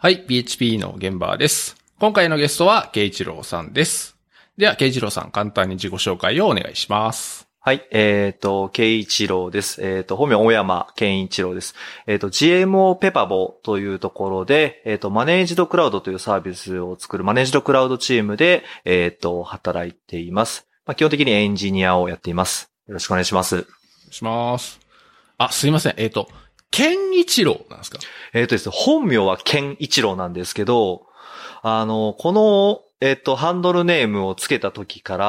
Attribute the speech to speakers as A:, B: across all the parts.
A: はい、PHP の現場です。今回のゲストは、慶一郎さんです。では、慶一郎さん、簡単に自己紹介をお願いします。
B: はい、慶一郎です。本名、小山健一郎です。GMO ペパボというところで、マネージドクラウドというサービスを作るマネージドクラウドチームで、働いています。基本的にエンジニアをやっています。よろしくお願いします。お願
A: いします。あ、すいません。健一郎なんですか？
B: ですね、本名は健一郎なんですけど、この、ハンドルネームをつけた時から、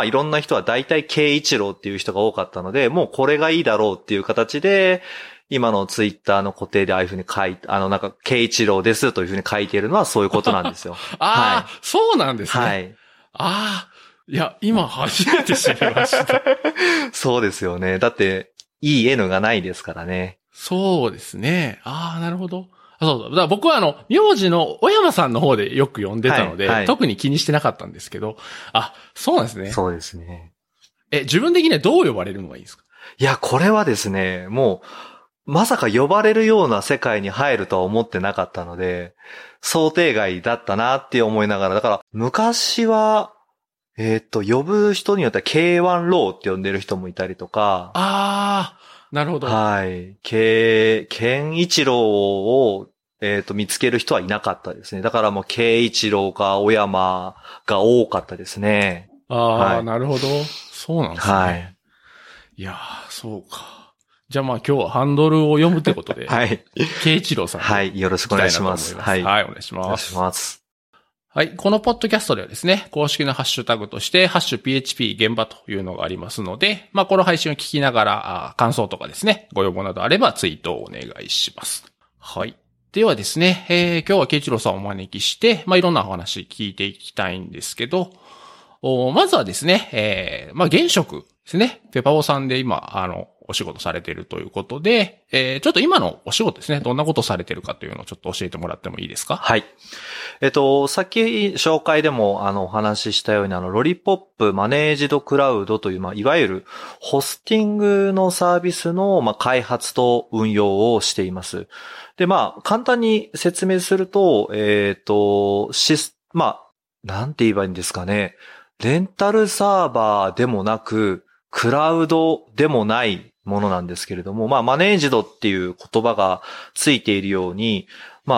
B: いろんな人は大体慶一郎っていう人が多かったので、もうこれがいいだろうっていう形で、今のツイッターの固定でああいうふうに書いて、慶一郎ですというふうに書いているのはそういうことなんですよ。
A: はい、そうなんですね。
B: はい。
A: いや、今初めて知りました。
B: そうですよね。だって、いい N がないですからね。
A: そうですね。なるほど。そうだ。だから僕は名字の小山さんの方でよく呼んでたので、はい、特に気にしてなかったんですけど、そうなんですね。
B: そうですね。
A: 自分的にはどう呼ばれるのがいいですか？
B: いや、これはですね、もう、まさか呼ばれるような世界に入るとは思ってなかったので、想定外だったなって思いながら、だから、昔は、呼ぶ人によっては K1 ローって呼んでる人もいたりとか。
A: なるほど。
B: はい。健一郎を、見つける人はいなかったですね。だからもう、慶一郎か小山が多かったですね。
A: はい、なるほど。そうなんですね。
B: はい。
A: いやー、そうか。じゃあ今日はハンドルを読むってことで。
B: はい。
A: 慶一郎さん。
B: はい。よろしくお願いします。
A: はい。はい、お願いします。
B: お願いします。
A: はい。このポッドキャストではですね、公式のハッシュタグとして、ハッシュ PHP 現場というのがありますので、この配信を聞きながら、感想とかですね、ご要望などあればツイートをお願いします。はい。ではですね、今日は慶一郎さんをお招きして、いろんなお話聞いていきたいんですけど、まずはですね、現職ですね、ペパボさんで今、お仕事されているということで、ちょっと今のお仕事ですね、どんなことされてるかというのをちょっと教えてもらってもいいですか？
B: はい。さっき紹介でもお話ししたようにロリポップマネージドクラウドという、いわゆるホスティングのサービスの、開発と運用をしています。で、簡単に説明すると、なんて言えばいいんですかね。レンタルサーバーでもなく、クラウドでもないものなんですけれども、マネージドっていう言葉がついているように、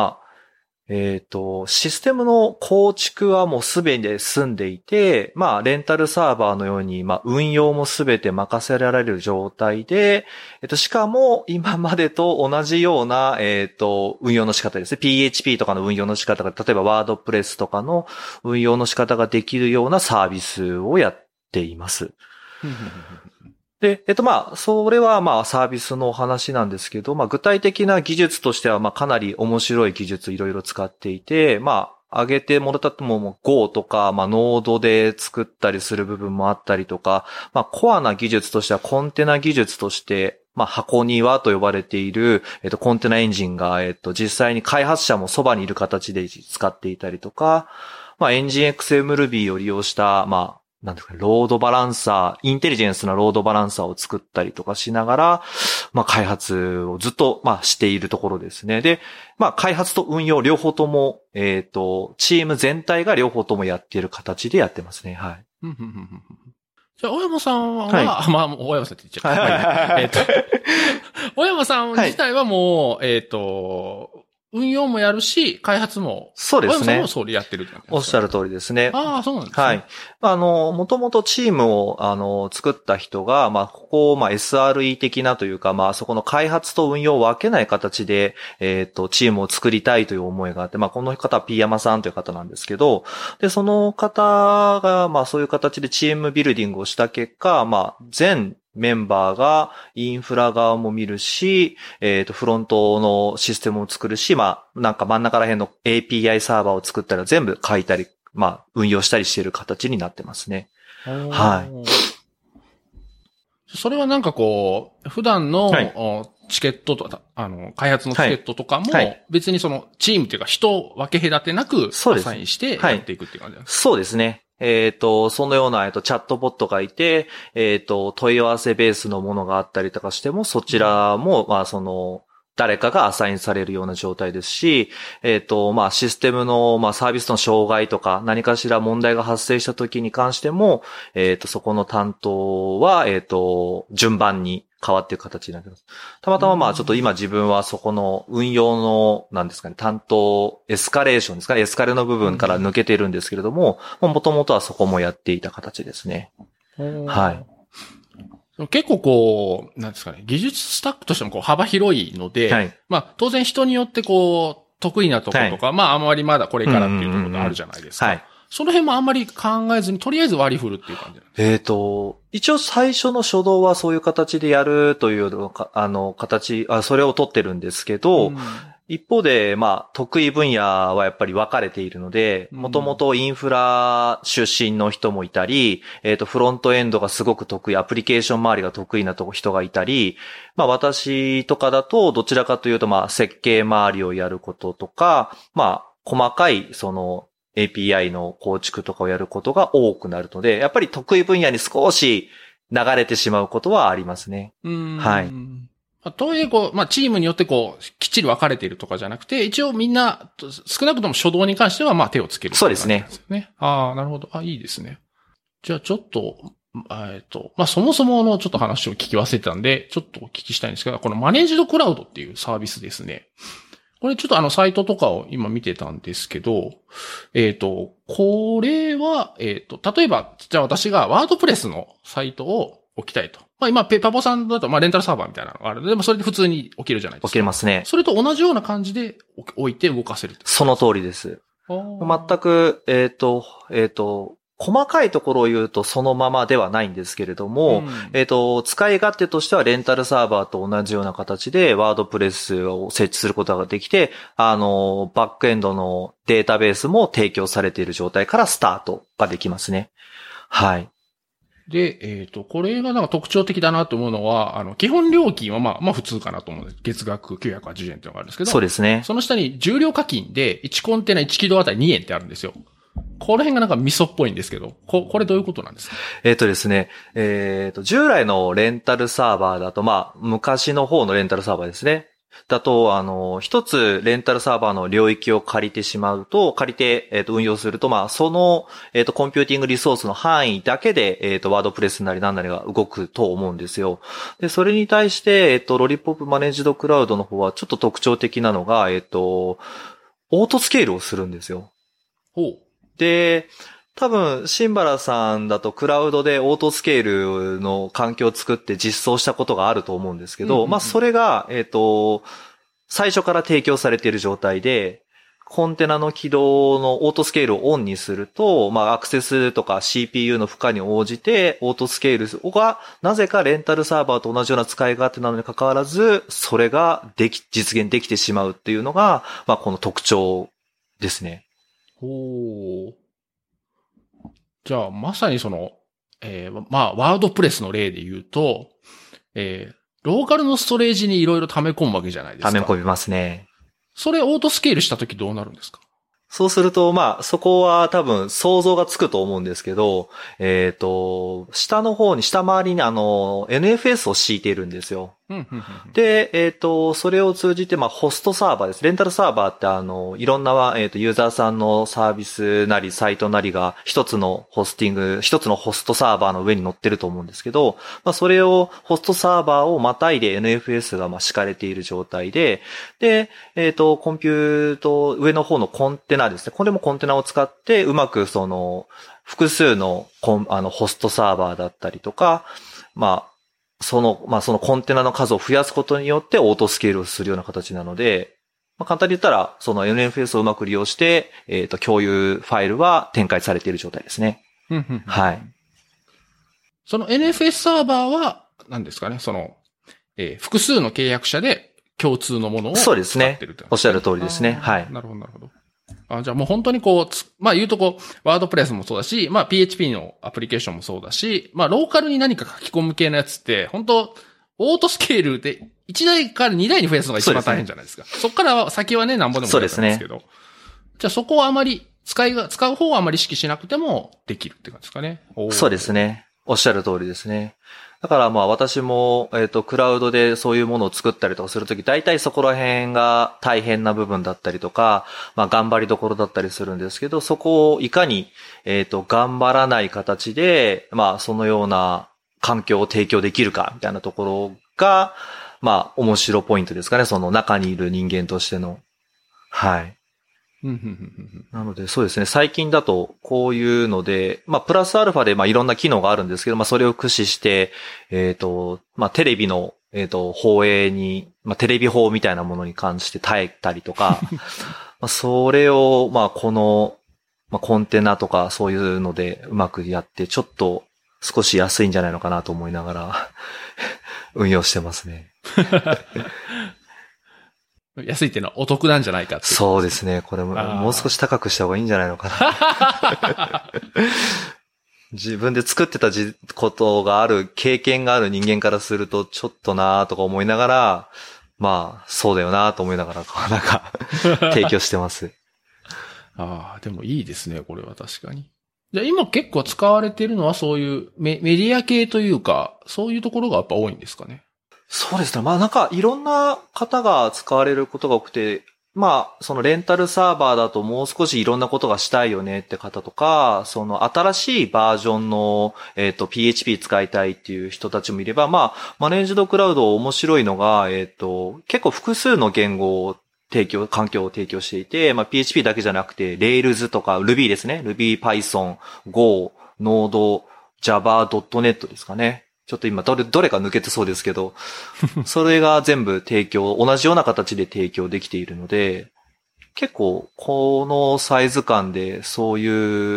B: システムの構築はもうすべて済んでいて、レンタルサーバーのように、運用もすべて任せられる状態で、しかも今までと同じような、運用の仕方ですね。PHP とかの運用の仕方が、例えばワードプレスとかの運用の仕方ができるようなサービスをやっています。で、それはサービスのお話なんですけど、具体的な技術としてはかなり面白い技術いろいろ使っていて、挙げてもらったとも Go とか、ノードで作ったりする部分もあったりとか、コアな技術としてはコンテナ技術として、箱庭と呼ばれている、コンテナエンジンが、実際に開発者もそばにいる形で使っていたりとか、エンジン XMRuby を利用した、なんていうか、ロードバランサー、インテリジェンスなロードバランサーを作ったりとかしながら、開発をずっと、しているところですね。で、開発と運用両方とも、チーム全体が両方ともやっている形でやってますね。はい。
A: じゃあ、小山さんは、小山さんって言っちゃった。小山さん自体はもう、運用もやるし、開発も。
B: そうですね。
A: 小山さんもそれやってるって感じですか？
B: おっしゃる通りですね。
A: そうなんですね。
B: はい。もともとチームを、作った人が、ここを、SRE 的なというか、そこの開発と運用を分けない形で、チームを作りたいという思いがあって、この方は P 山さんという方なんですけど、で、その方が、そういう形でチームビルディングをした結果、全メンバーがインフラ側も見るし、フロントのシステムを作るし、なんか真ん中ら辺の API サーバーを作ったら全部書いたり、運用したりしている形になってますね。はい。
A: それはなんかこう、普段の、チケットとか、開発のチケットとかも、別にそのチームというか人を分け隔てなく、アサインしてやっていくっていう感じなんですか？
B: そうですね。そのような、チャットボットがいて、問い合わせベースのものがあったりとかしても、そちらも、 誰かがアサインされるような状態ですし、まあ、システムの、まあ、サービスの障害とか、何かしら問題が発生した時に関しても、そこの担当は、順番に変わっていく形になっています。たまたままあ、ちょっと今自分はそこの運用の、なんですかね、担当、エスカレーションですかね、エスカレの部分から抜けてるんですけれども、もともとはそこもやっていた形ですね。はい。
A: 結構こう、なんですかね、技術スタックとしてもこう幅広いので、はい、まあ当然人によってこう、得意なところとか、はい、まああんまりまだこれからっていうところがあるじゃないですか。はい。その辺もあんまり考えずに、とりあえず割り振るっていう感じなんですか？
B: 一応最初の初動はそういう形でやるというのか、それを取ってるんですけど、一方で、まあ、得意分野はやっぱり分かれているので、もともとインフラ出身の人もいたり、フロントエンドがすごく得意、アプリケーション周りが得意な人がいたり、まあ私とかだと、どちらかというと、まあ、設計周りをやることとか、まあ、細かい、API の構築とかをやることが多くなるので、やっぱり得意分野に少し流れてしまうことはありますね。はい。
A: とはいえ、まあ、チームによってきっちり分かれているとかじゃなくて、一応みんな、少なくとも初動に関しては、まあ、手をつける、
B: そうですね。
A: ああ、なるほど。あ、いいですね。じゃあ、ちょっと、まあ、そもそものちょっと話を聞き忘れてたんで、ちょっとお聞きしたいんですけど、このマネージドクラウドっていうサービスですね。これちょっとサイトとかを今見てたんですけど、これは、例えば、じゃあ私がワードプレスのサイトを置きたいと。まあ今、ペパボさんだと、まあレンタルサーバーみたいなのがあるので、でもそれで普通に起きるじゃないですか。
B: 起きれますね。
A: それと同じような感じで置いて動かせる。
B: その通りです。全く、細かいところを言うとそのままではないんですけれども、使い勝手としてはレンタルサーバーと同じような形でワードプレスを設置することができて、バックエンドのデータベースも提供されている状態からスタートができますね。はい。
A: で、これがなんか特徴的だなと思うのは、基本料金はまあ普通かなと思うんです。月額980円っていうのがあるんですけど。
B: そうですね。
A: その下に重量課金で1コンテナ1キロあたり2円ってあるんですよ。この辺がなんか味噌っぽいんですけど、これどういうことなんですか？
B: ですね、従来のレンタルサーバーだと、まあ、昔の方のレンタルサーバーですね。だと、一つレンタルサーバーの領域を借りてしまうと、借りて、運用すると、まあ、その、コンピューティングリソースの範囲だけで、ワードプレスなり何なりが動くと思うんですよ。で、それに対して、ロリポップマネージドクラウドの方はちょっと特徴的なのが、オートスケールをするんですよ。
A: ほう。
B: で、多分、シンバラさんだとクラウドでオートスケールの環境を作って実装したことがあると思うんですけど、まあ、それが、最初から提供されている状態で、コンテナの起動のオートスケールをオンにすると、まあ、アクセスとか CPU の負荷に応じて、オートスケールが、なぜかレンタルサーバーと同じような使い勝手なのに関わらず、それが実現できてしまうっていうのが、まあ、この特徴ですね。
A: ほう。じゃあ、まさにまあ、ワードプレスの例で言うと、ローカルのストレージにいろいろ溜め込むわけじゃないですか。
B: 溜め込みますね。
A: それオートスケールしたときどうなるんですか？
B: そうすると、まあ、そこは多分想像がつくと思うんですけど、下の方に、下回りにNFS を敷いているんですよ。で、それを通じて、まあ、ホストサーバーです。レンタルサーバーっていろんな、ユーザーさんのサービスなり、サイトなりが一つのホストサーバーの上に乗ってると思うんですけど、まあ、それを、ホストサーバーをまたいで NFS が敷かれている状態で、で、コンピュート、上の方のコンテナですね。これもコンテナを使って、うまく複数のホストサーバーだったりとか、まあ、そのコンテナの数を増やすことによってオートスケールをするような形なので、まあ、簡単に言ったら、その NFS をうまく利用して、共有ファイルは展開されている状態ですね。はい。
A: その NFS サーバーは、何ですかね、複数の契約者で共通のものを使ってるって、
B: そうですね。おっしゃる通りですね。はい。
A: なるほど、なるほど。じゃあもう本当にまあ言うとワードプレスもそうだし、まあ PHP のアプリケーションもそうだし、まあローカルに何か書き込む系のやつって、本当オートスケールで1台から2台に増やすのが一番大変じゃないですか。そっから先はね、なんぼでもやるんですけど。ね、じゃあそこはあまり、使う方はあまり意識しなくてもできるって感じですかね。
B: そうですね。 おっしゃる通りですね。だからまあ私も、クラウドでそういうものを作ったりとかするとき、大体そこら辺が大変な部分だったりとか、まあ頑張りどころだったりするんですけど、そこをいかに、頑張らない形で、まあそのような環境を提供できるか、みたいなところが、まあ面白ポイントですかね、その中にいる人間としての。はい。なので、そうですね。最近だと、こういうので、まあ、プラスアルファで、まあ、いろんな機能があるんですけど、まあ、それを駆使して、まあ、テレビの、放映に、まあ、テレビ放みたいなものに関して耐えたりとか、まあ、それを、まあ、この、まあ、コンテナとか、そういうので、うまくやって、ちょっと、少し安いんじゃないのかなと思いながら、運用してますね。
A: 安いっていうのはお得なんじゃないかって。
B: そうですね。これもう少し高くした方がいいんじゃないのかな。自分で作ってたことがある、経験がある人間からすると、ちょっとなーとか思いながら、まあ、そうだよなーと思いながら、なんか、提供してます。
A: ああ、でもいいですね、これは確かに。じゃあ今結構使われているのはそういうメディア系というか、そういうところがやっぱ多いんですかね。
B: そうですね。まあなんかいろんな方が使われることが多くて、まあそのレンタルサーバーだともう少しいろんなことがしたいよねって方とか、その新しいバージョンのPHP 使いたいっていう人たちもいれば、まあマネージドクラウド面白いのが結構複数の言語を環境を提供していて、まあ PHP だけじゃなくて Rails とか Ruby ですね。Ruby、Python、Go、Node、Java.net ですかね。ちょっと今どれか抜けてそうですけど、それが全部同じような形で提供できているので、結構このサイズ感でそういう、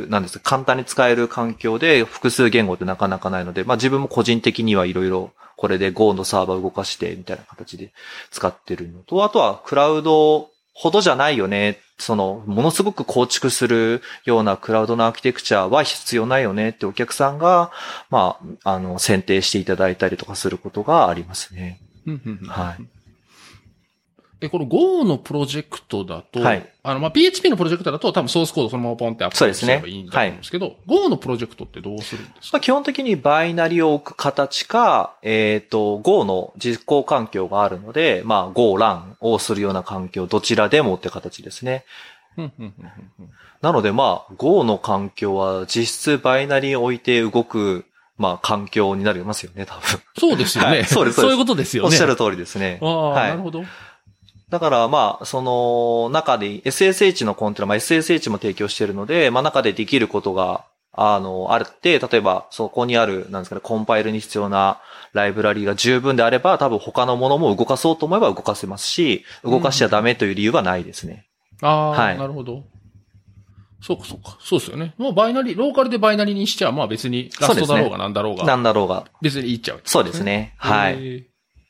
B: なんですか、簡単に使える環境で複数言語ってなかなかないので、まあ自分も個人的にはいろいろこれで Go のサーバー動かしてみたいな形で使ってるのと、あとはクラウドほどじゃないよね。ものすごく構築するようなクラウドのアーキテクチャは必要ないよねってお客さんが、まあ、選定していただいたりとかすることがありますね。はい。
A: この Go のプロジェクトだと、
B: はい、
A: まあ、PHP のプロジェクトだと多分ソースコードそのままポンってアップロードすればいいんだと思うんですけど、はい、Go のプロジェクトってどうするんですか？
B: 基本的にバイナリを置く形か、Go の実行環境があるので、まあ、Go、Run をするような環境、どちらでもって形ですね。なので、まあ、Go の環境は実質バイナリを置いて動く、まあ、環境になりますよね、多分。
A: そうですよね。はい、そうです。そういうことですよね。
B: おっしゃる通りですね。
A: はい。なるほど。
B: だからまあ、その中で SSH のコンテナ、まあ SSH も提供しているので、まあ中でできることが、あって、例えばそこにある、なんですかね、コンパイルに必要なライブラリが十分であれば、多分他のものも動かそうと思えば動かせますし、動かしちゃダメという理由はないですね。
A: はい。なるほど。そうか、そうか。そうですよね。もうバイナリ、ローカルでバイナリにしちゃ、まあ別にラストだろうがなんだろうが。
B: なんだろうが。
A: 別にいいっちゃう、
B: そうですね。はい。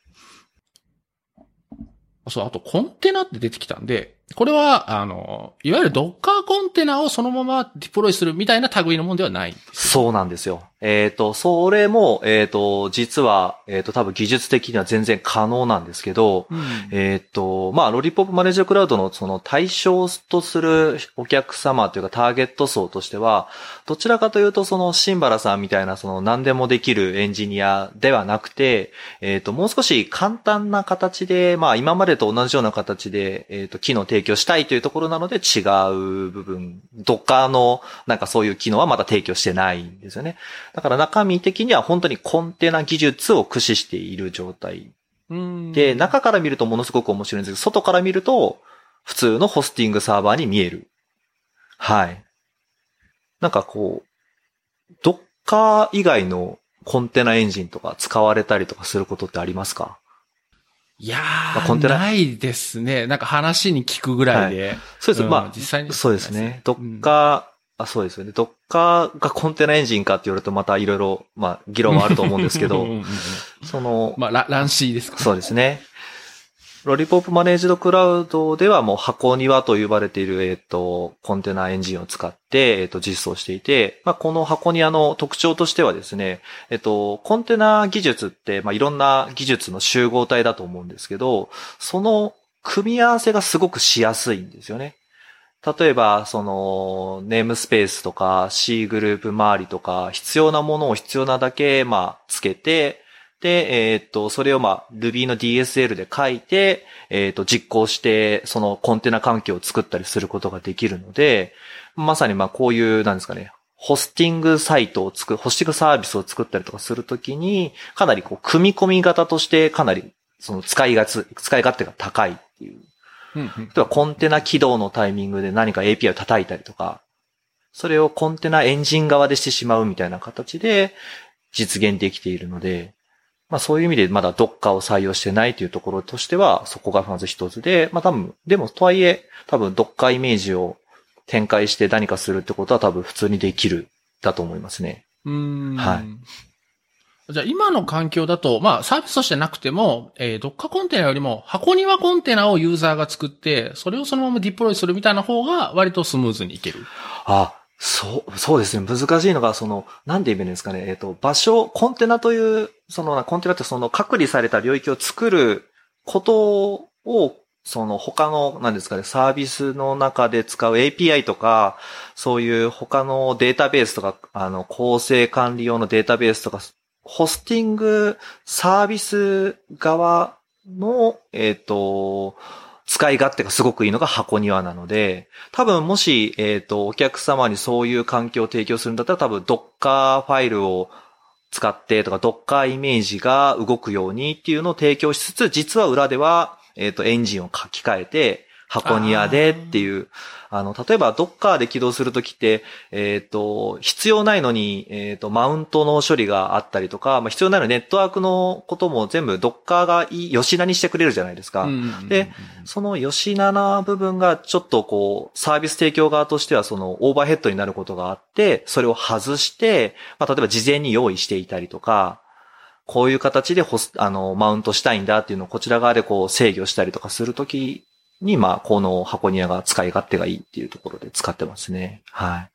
A: そう、あとコンテナって出てきたんで、これは、いわゆる Docker コンテナをそのままディプロイするみたいな類のものではないんです
B: よ。そうなんですよ。それも、実は、多分技術的には全然可能なんですけど、まあ、ロリポップマネージャークラウドのその対象とするお客様というかターゲット層としては、どちらかというとそのシンバラさんみたいなその何でもできるエンジニアではなくて、もう少し簡単な形で、まあ、今までと同じような形で、機能提供したいというところなので違う部分、Dockerのなんかそういう機能はまだ提供してないんですよね。だから中身的には本当にコンテナ技術を駆使している状態。で、中から見るとものすごく面白いんですけど、外から見ると普通のホスティングサーバーに見える。はい。なんかこう、Docker 以外のコンテナエンジンとか使われたりとかすることってありますか？
A: いやー、コンテナないですね。なんか話に聞くぐらいで。
B: はい、そうです。まあ、実際に。そうですね。Docker、そうですよね。Docker がコンテナエンジンかって言われるとまたいろいろ、まあ、議論はあると思うんですけど、
A: まあ、乱視ですかね。
B: そうですね。ロリポップマネージドクラウドではもう箱庭と呼ばれている、コンテナエンジンを使って、実装していて、まあ、この箱庭の特徴としてはですね、コンテナ技術って、まあ、いろんな技術の集合体だと思うんですけど、その組み合わせがすごくしやすいんですよね。 例えば、ネームスペースとか C グループ周りとか、必要なものを必要なだけ、つけて、で、それをRuby の DSL で書いて、実行して、そのコンテナ環境を作ったりすることができるので、まさにこういう、なんですかね、ホスティングサービスを作ったりとかするときに、かなり組み込み型としてかなり、使い勝手が高いっていう。例えばコンテナ起動のタイミングで何か API を叩いたりとか、それをコンテナエンジン側でしてしまうみたいな形で実現できているので、そういう意味でまだ Docker を採用してないというところとしては、そこがまず一つで、でもとはいえ、多分 Docker イメージを展開して何かするってことは多分普通にできるだと思いますね。はい。
A: じゃあ今の環境だと、サービスとしてなくても、Docker コンテナよりも箱庭コンテナをユーザーが作って、それをそのままディプロイするみたいな方が割とスムーズにいける。
B: そうですね。難しいのが、なんで言えばいいんですかね。コンテナという、コンテナって隔離された領域を作ることを、他の、なんですかね、サービスの中で使う API とか、そういう他のデータベースとか、構成管理用のデータベースとか、ホスティングサービス側の、使い勝手がすごくいいのが箱庭なので、多分もし、お客様にそういう環境を提供するんだったら多分 Docker ファイルを使ってとか Docker イメージが動くようにっていうのを提供しつつ、実は裏では、エンジンを書き換えて、箱庭でっていう、例えば Docker で起動するときって、必要ないのに、マウントの処理があったりとか、必要ないのネットワークのことも全部 Docker が吉名にしてくれるじゃないですか。で、その吉名な部分がちょっとサービス提供側としてはオーバーヘッドになることがあって、それを外して、例えば事前に用意していたりとか、こういう形でマウントしたいんだっていうのをこちら側で制御したりとかするときに、この箱庭が使い勝手がいいっていうところで使ってますね。はい。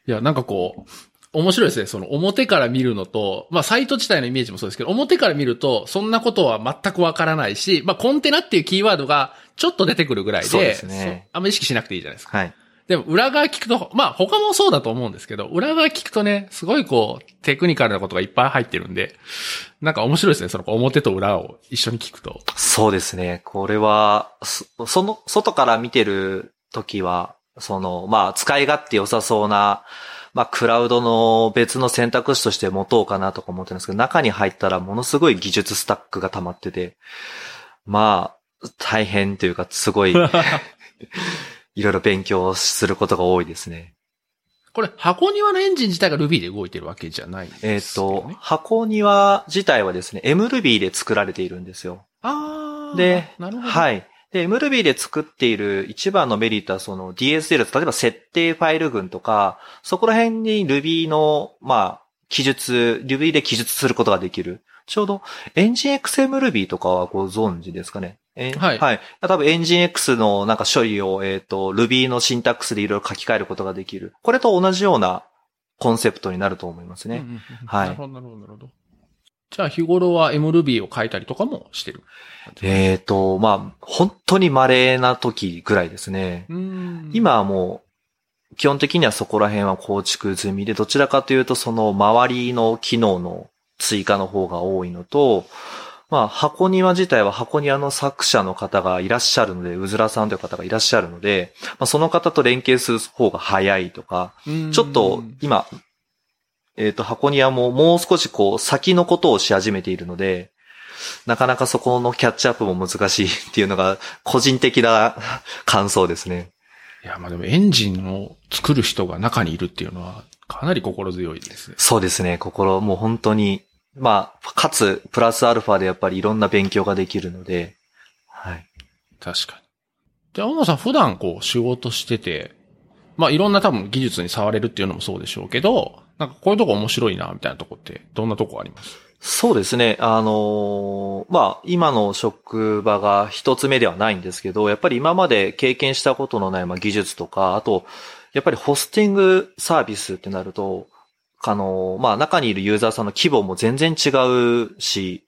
A: いや、面白いですね。表から見るのと、サイト自体のイメージもそうですけど、表から見ると、そんなことは全くわからないし、コンテナっていうキーワードがちょっと出てくるぐらいで、
B: そうですね。
A: あんまり意識しなくていいじゃないですか。
B: はい。
A: でも、裏側聞くと、他もそうだと思うんですけど、裏側聞くとね、すごいテクニカルなことがいっぱい入ってるんで、面白いですね。表と裏を一緒に聞くと。
B: そうですね。これは、外から見てるときは、使い勝手良さそうな、クラウドの別の選択肢として持とうかなとか思ってるんですけど、中に入ったらものすごい技術スタックが溜まってて、大変というか、すごい、いろいろ勉強することが多いですね。
A: これ、箱庭のエンジン自体が Ruby で動いてるわけじゃないんですよね。
B: 箱庭自体はですね、MRuby で作られているんですよ。で、
A: なるほど。
B: はい。で、MRuby で作っている一番のメリットはDSL、例えば設定ファイル群とか、そこら辺に Ruby の、Ruby で記述することができる。ちょうど、エンジン XMRuby とかはご存知ですかね。
A: はい。
B: はい。多分エンジン X の処理を、Ruby のシンタックスでいろいろ書き換えることができる。これと同じようなコンセプトになると思いますね。はい。
A: なるほど。じゃあ日頃は MRuby を書いたりとかもしてる？
B: 本当に稀な時ぐらいですね。今はもう、基本的にはそこら辺は構築済みで、どちらかというと周りの機能の追加の方が多いのと、箱庭自体は箱庭の作者の方がいらっしゃるので、うずらさんという方がいらっしゃるので、その方と連携する方が早いとか、ちょっと今、箱庭ももう少し先のことをし始めているので、なかなかそこのキャッチアップも難しいっていうのが個人的な感想ですね。
A: いや、でもエンジンを作る人が中にいるっていうのはかなり心強いですね。
B: そうですね。もう本当に、かつ、プラスアルファでやっぱりいろんな勉強ができるので、はい。
A: 確かに。で、青野さん普段仕事してて、いろんな多分技術に触れるっていうのもそうでしょうけど、こういうとこ面白いな、みたいなとこって、どんなとこあります？
B: そうですね。今の職場が一つ目ではないんですけど、やっぱり今まで経験したことのない技術とか、あと、やっぱりホスティングサービスってなると、中にいるユーザーさんの規模も全然違うし、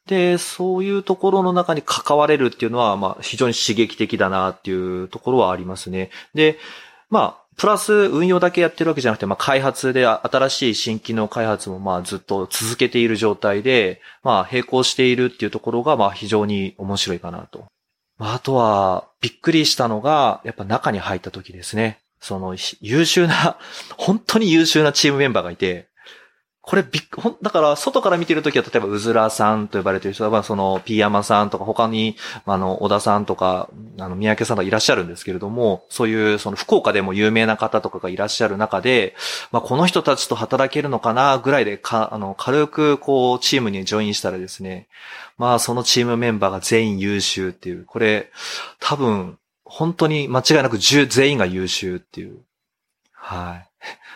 B: で、そういうところの中に関われるっていうのは、まあ、非常に刺激的だなっていうところはありますね。で、まあ、プラス運用だけやってるわけじゃなくて、まあ、開発で新しい新機能開発もまあ、ずっと続けている状態で、まあ、並行しているっていうところが、まあ、非常に面白いかなと。あとは、びっくりしたのが、やっぱ中に入った時ですね。その、本当に優秀なチームメンバーがいて、これだから、外から見てるときは、例えば、うずらさんと呼ばれている人は、その、ピーヤマさんとか、他に、小田さんとか、三宅さんがいらっしゃるんですけれども、そういう、その、福岡でも有名な方とかがいらっしゃる中で、まあ、この人たちと働けるのかな、ぐらいで軽く、こう、チームにジョインしたらですね、まあ、そのチームメンバーが全員優秀っていう、これ、多分、本当に間違いなく全員が優秀っていう。はい。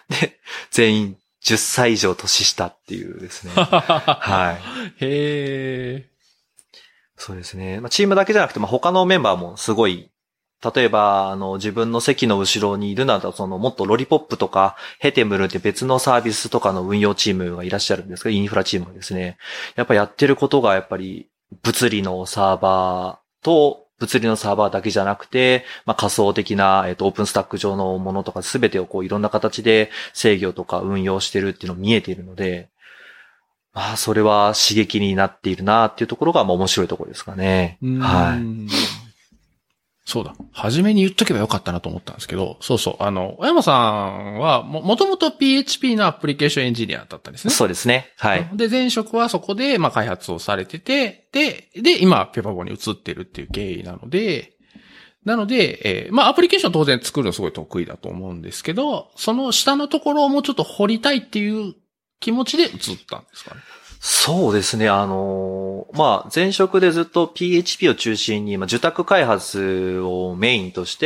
B: で、全員、10歳以上年下っていうですね。はい。
A: へー。
B: そうですね。まあ、チームだけじゃなくて、まあ、他のメンバーもすごい、例えば、自分の席の後ろにいるなら、もっとロリポップとか、ヘテムルって別のサービスとかの運用チームがいらっしゃるんですけど、インフラチームがですね。やっぱやってることが、やっぱり、物理のサーバーだけじゃなくて、まあ、仮想的な、オープンスタック上のものとかすべてをこういろんな形で制御とか運用してるっていうのが見えているので、まあ、それは刺激になっているなっていうところが、まあ、面白いところですかね。はい。
A: そうだ。初めに言っとけばよかったなと思ったんですけど、そうそう。小山さんは、もともと PHP のアプリケーションエンジニアだったんですね。
B: そうですね。はい。
A: で、前職はそこで、まあ、開発をされてて、で、今、ペパボに移ってるっていう経緯なので、まあ、アプリケーション当然作るのすごい得意だと思うんですけど、その下のところをもうちょっと掘りたいっていう気持ちで移ったんですかね。
B: そうですね。まあ、前職でずっと PHP を中心に、まあ、受託開発をメインとして、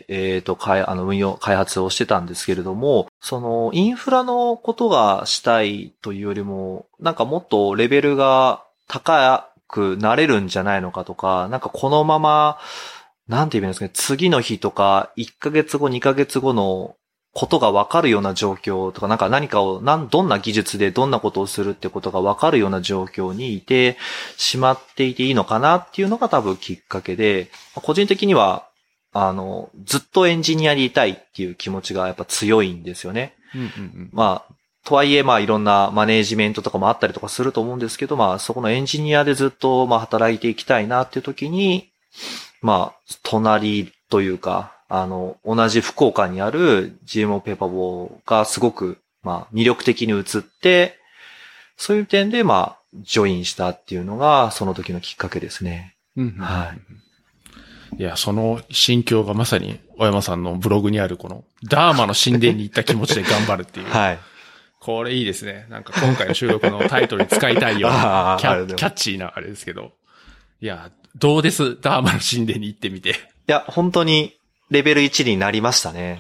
B: 運用、開発をしてたんですけれども、その、インフラのことがしたいというよりも、なんかもっとレベルが高くなれるんじゃないのかとか、なんかこのまま、なんて言うんですかね、次の日とか、1ヶ月後、2ヶ月後のことが分かるような状況とか、なんか何かを、どんな技術でどんなことをするってことが分かるような状況にいてしまっていていいのかなっていうのが多分きっかけで、個人的には、ずっとエンジニアにいたいっていう気持ちがやっぱ強いんですよね。まあ、とはいえ、まあいろんなマネージメントとかもあったりとかすると思うんですけど、まあそこのエンジニアでずっとまあ働いていきたいなっていう時に、まあ、隣というか、同じ福岡にある GMO ペーパーボーがすごく、まあ、魅力的に映って、そういう点で、まあ、ジョインしたっていうのが、その時のきっかけですね。はい。
A: いや、その心境がまさに、小山さんのブログにあるこの、ダーマの神殿に行った気持ちで頑張るっていう。
B: はい。
A: これいいですね。なんか今回の収録のタイトルに使いたいようなキャッチーなあれですけど。いや、どうですダーマの神殿に行ってみて。い
B: や、本当にレベル1になりましたね。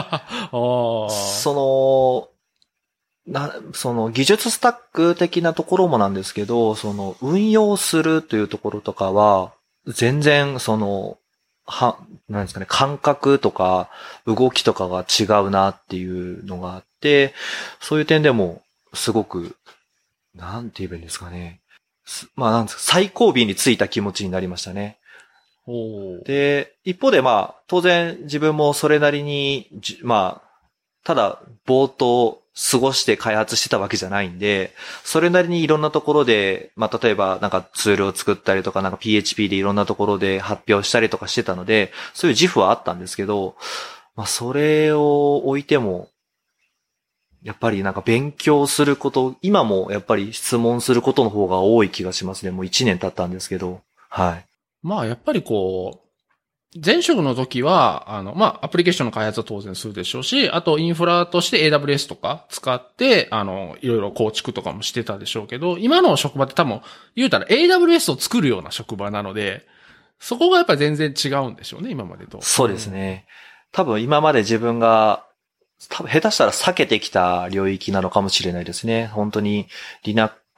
B: その技術スタック的なところもなんですけど、その運用するというところとかは、全然なんですかね、感覚とか動きとかが違うなっていうのがあって、そういう点でもすごく、なんて言えばいいんですかね。まあなんですか、最後尾についた気持ちになりましたね。で、一方でまあ、当然自分もそれなりに、まあ、ただ、ぼーっと過ごして開発してたわけじゃないんで、それなりにいろんなところで、まあ例えばなんかツールを作ったりとか、なんか PHP でいろんなところで発表したりとかしてたので、そういう自負はあったんですけど、まあそれを置いても、やっぱりなんか勉強すること、今もやっぱり質問することの方が多い気がしますね。もう1年経ったんですけど。はい。
A: まあやっぱりこう、前職の時は、まあアプリケーションの開発は当然するでしょうし、あとインフラとして AWS とか使って、いろいろ構築とかもしてたでしょうけど、今の職場って多分、言うたら AWS を作るような職場なので、そこがやっぱり全然違うんでしょうね、今までと。
B: そうですね。多分今まで自分が、下手したら避けてきた領域なのかもしれないですね。本当に Linux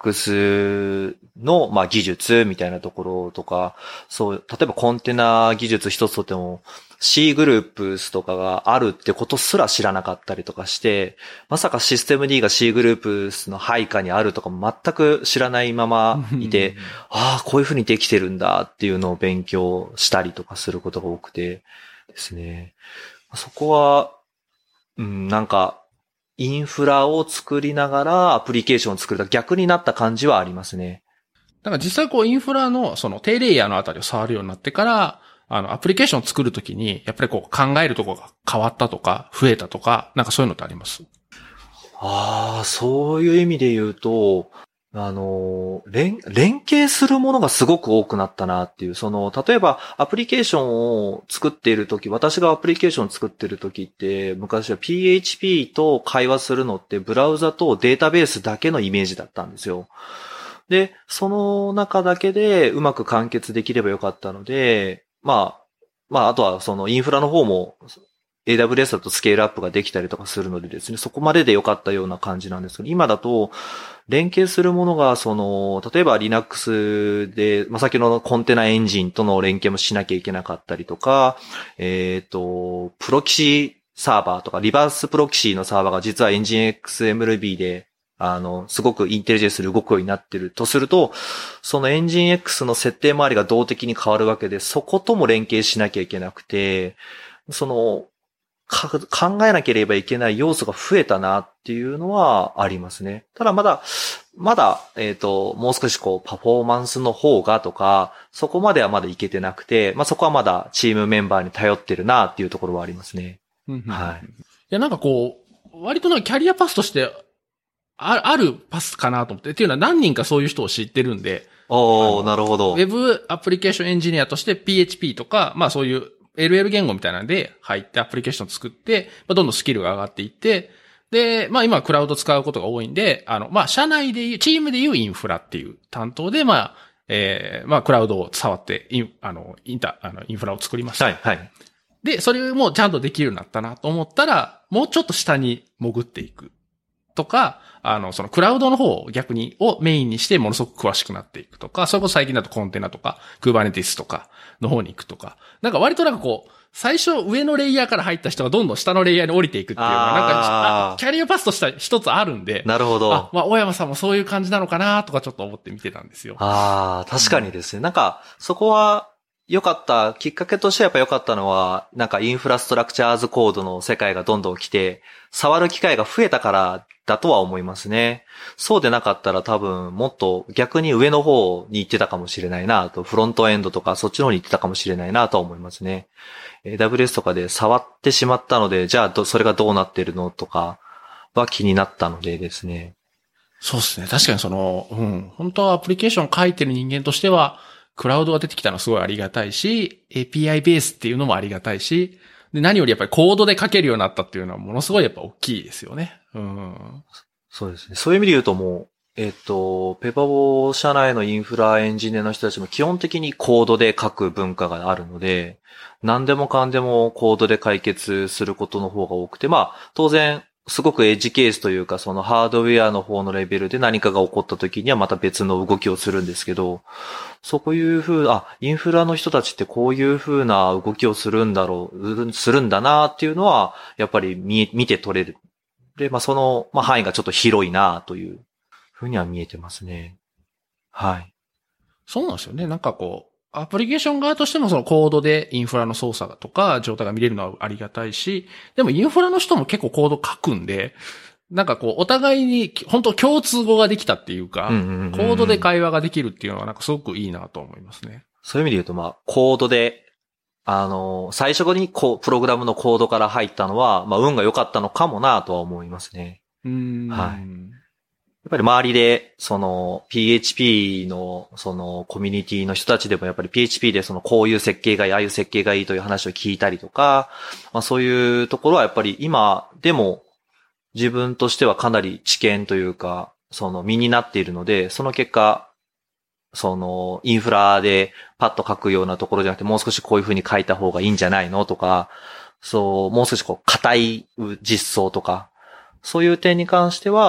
B: Linux の、まあ、技術みたいなところとか、そう、例えばコンテナ技術一つとっても、C グループスとかがあるってことすら知らなかったりとかして、まさかシステム D が C グループスの配下にあるとかも全く知らないままいて、ああ、こういう風にできてるんだっていうのを勉強したりとかすることが多くてですね。そこは、なんか、インフラを作りながらアプリケーションを作ると逆になった感じはありますね。
A: だから実際こうインフラのその低レイヤーのあたりを触るようになってから、アプリケーションを作るときに、やっぱりこう考えるところが変わったとか、増えたとか、なんかそういうのってあります？
B: ああ、そういう意味で言うと、連携するものがすごく多くなったなっていう、例えばアプリケーションを作っているとき、私がアプリケーションを作っているときって、昔は PHP と会話するのってブラウザとデータベースだけのイメージだったんですよ。で、その中だけでうまく完結できればよかったので、あとはそのインフラの方も AWS だとスケールアップができたりとかするのでですね、そこまででよかったような感じなんですけど、今だと連携するものが例えば Linux で、先のコンテナエンジンとの連携もしなきゃいけなかったりとか、プロキシサーバーとか、リバースプロキシのサーバーが実はエンジン XMLB で、すごくインテリジェンスで動くようになってるとすると、そのエンジン X の設定周りが動的に変わるわけで、そことも連携しなきゃいけなくて、考えなければいけない要素が増えたなっていうのはありますね。ただまだ、もう少しパフォーマンスの方がとか、そこまではまだいけてなくて、そこはまだチームメンバーに頼ってるなっていうところはありますね。はい。
A: いや、なんか割とキャリアパスとして、あるパスかなと思って。っていうのは何人かそういう人を知ってるんで。
B: なるほど。
A: ウェブアプリケーションエンジニアとして PHP とか、そういう LL 言語みたいなんで入ってアプリケーションを作って、どんどんスキルが上がっていって、で、今はクラウド使うことが多いんで、社内でチームでいうインフラっていう担当で、クラウドを触って、インフラを作りました。
B: はい、はい。
A: で、それもちゃんとできるようになったなと思ったら、もうちょっと下に潜っていく。とか、そのクラウドの方を逆にをメインにしてものすごく詳しくなっていくとか、それこそ最近だとコンテナとか、Kubernetes とかの方に行くとか、なんか割と最初上のレイヤーから入った人がどんどん下のレイヤーに降りていくっていうのが、なんか、キャリアパスとした一つあるんで。
B: なるほど。
A: 大山さんもそういう感じなのかなとかちょっと思って見てたんですよ。
B: 確かにですね。なんか、そこは、良かった、きっかけとしてはやっぱ良かったのは、なんかインフラストラクチャーズコードの世界がどんどん来て、触る機会が増えたからだとは思いますね。そうでなかったら多分もっと逆に上の方に行ってたかもしれないなと、フロントエンドとかそっちの方に行ってたかもしれないなとは思いますね。AWS とかで触ってしまったので、じゃあそれがどうなってるのとかは気になったのでですね。
A: そうですね。確かに本当はアプリケーション書いてる人間としては、クラウドが出てきたのはすごいありがたいし、API ベースっていうのもありがたいし、で、何よりやっぱりコードで書けるようになったっていうのはものすごいやっぱ大きいですよね。
B: そうですね。そういう意味で言うともう、ペーパーボ社内のインフラエンジニアの人たちも基本的にコードで書く文化があるので、何でもかんでもコードで解決することの方が多くて、当然、すごくエッジケースというか、そのハードウェアの方のレベルで何かが起こった時にはまた別の動きをするんですけど、そういうインフラの人たちってこういう風な動きをするんだなっていうのは、やっぱり見て取れる。で、範囲がちょっと広いなという風には見えてますね。はい。
A: そうなんですよね。なんかアプリケーション側としてもそのコードでインフラの操作とか状態が見れるのはありがたいし、でもインフラの人も結構コード書くんで、なんかお互いに本当共通語ができたっていうか、コードで会話ができるっていうのはなんかすごくいいなと思いますね。
B: そういう意味で言うとコードで、最初にプログラムのコードから入ったのは、運が良かったのかもなとは思いますね。はい。やっぱり周りで、PHP の、コミュニティの人たちでもやっぱり PHP でこういう設計がいい、ああいう設計がいいという話を聞いたりとか、そういうところはやっぱり今でも自分としてはかなり知見というか、身になっているので、その結果、インフラでパッと書くようなところじゃなくて、もう少しこういう風に書いた方がいいんじゃないのとか、もう少し硬い実装とか、そういう点に関しては、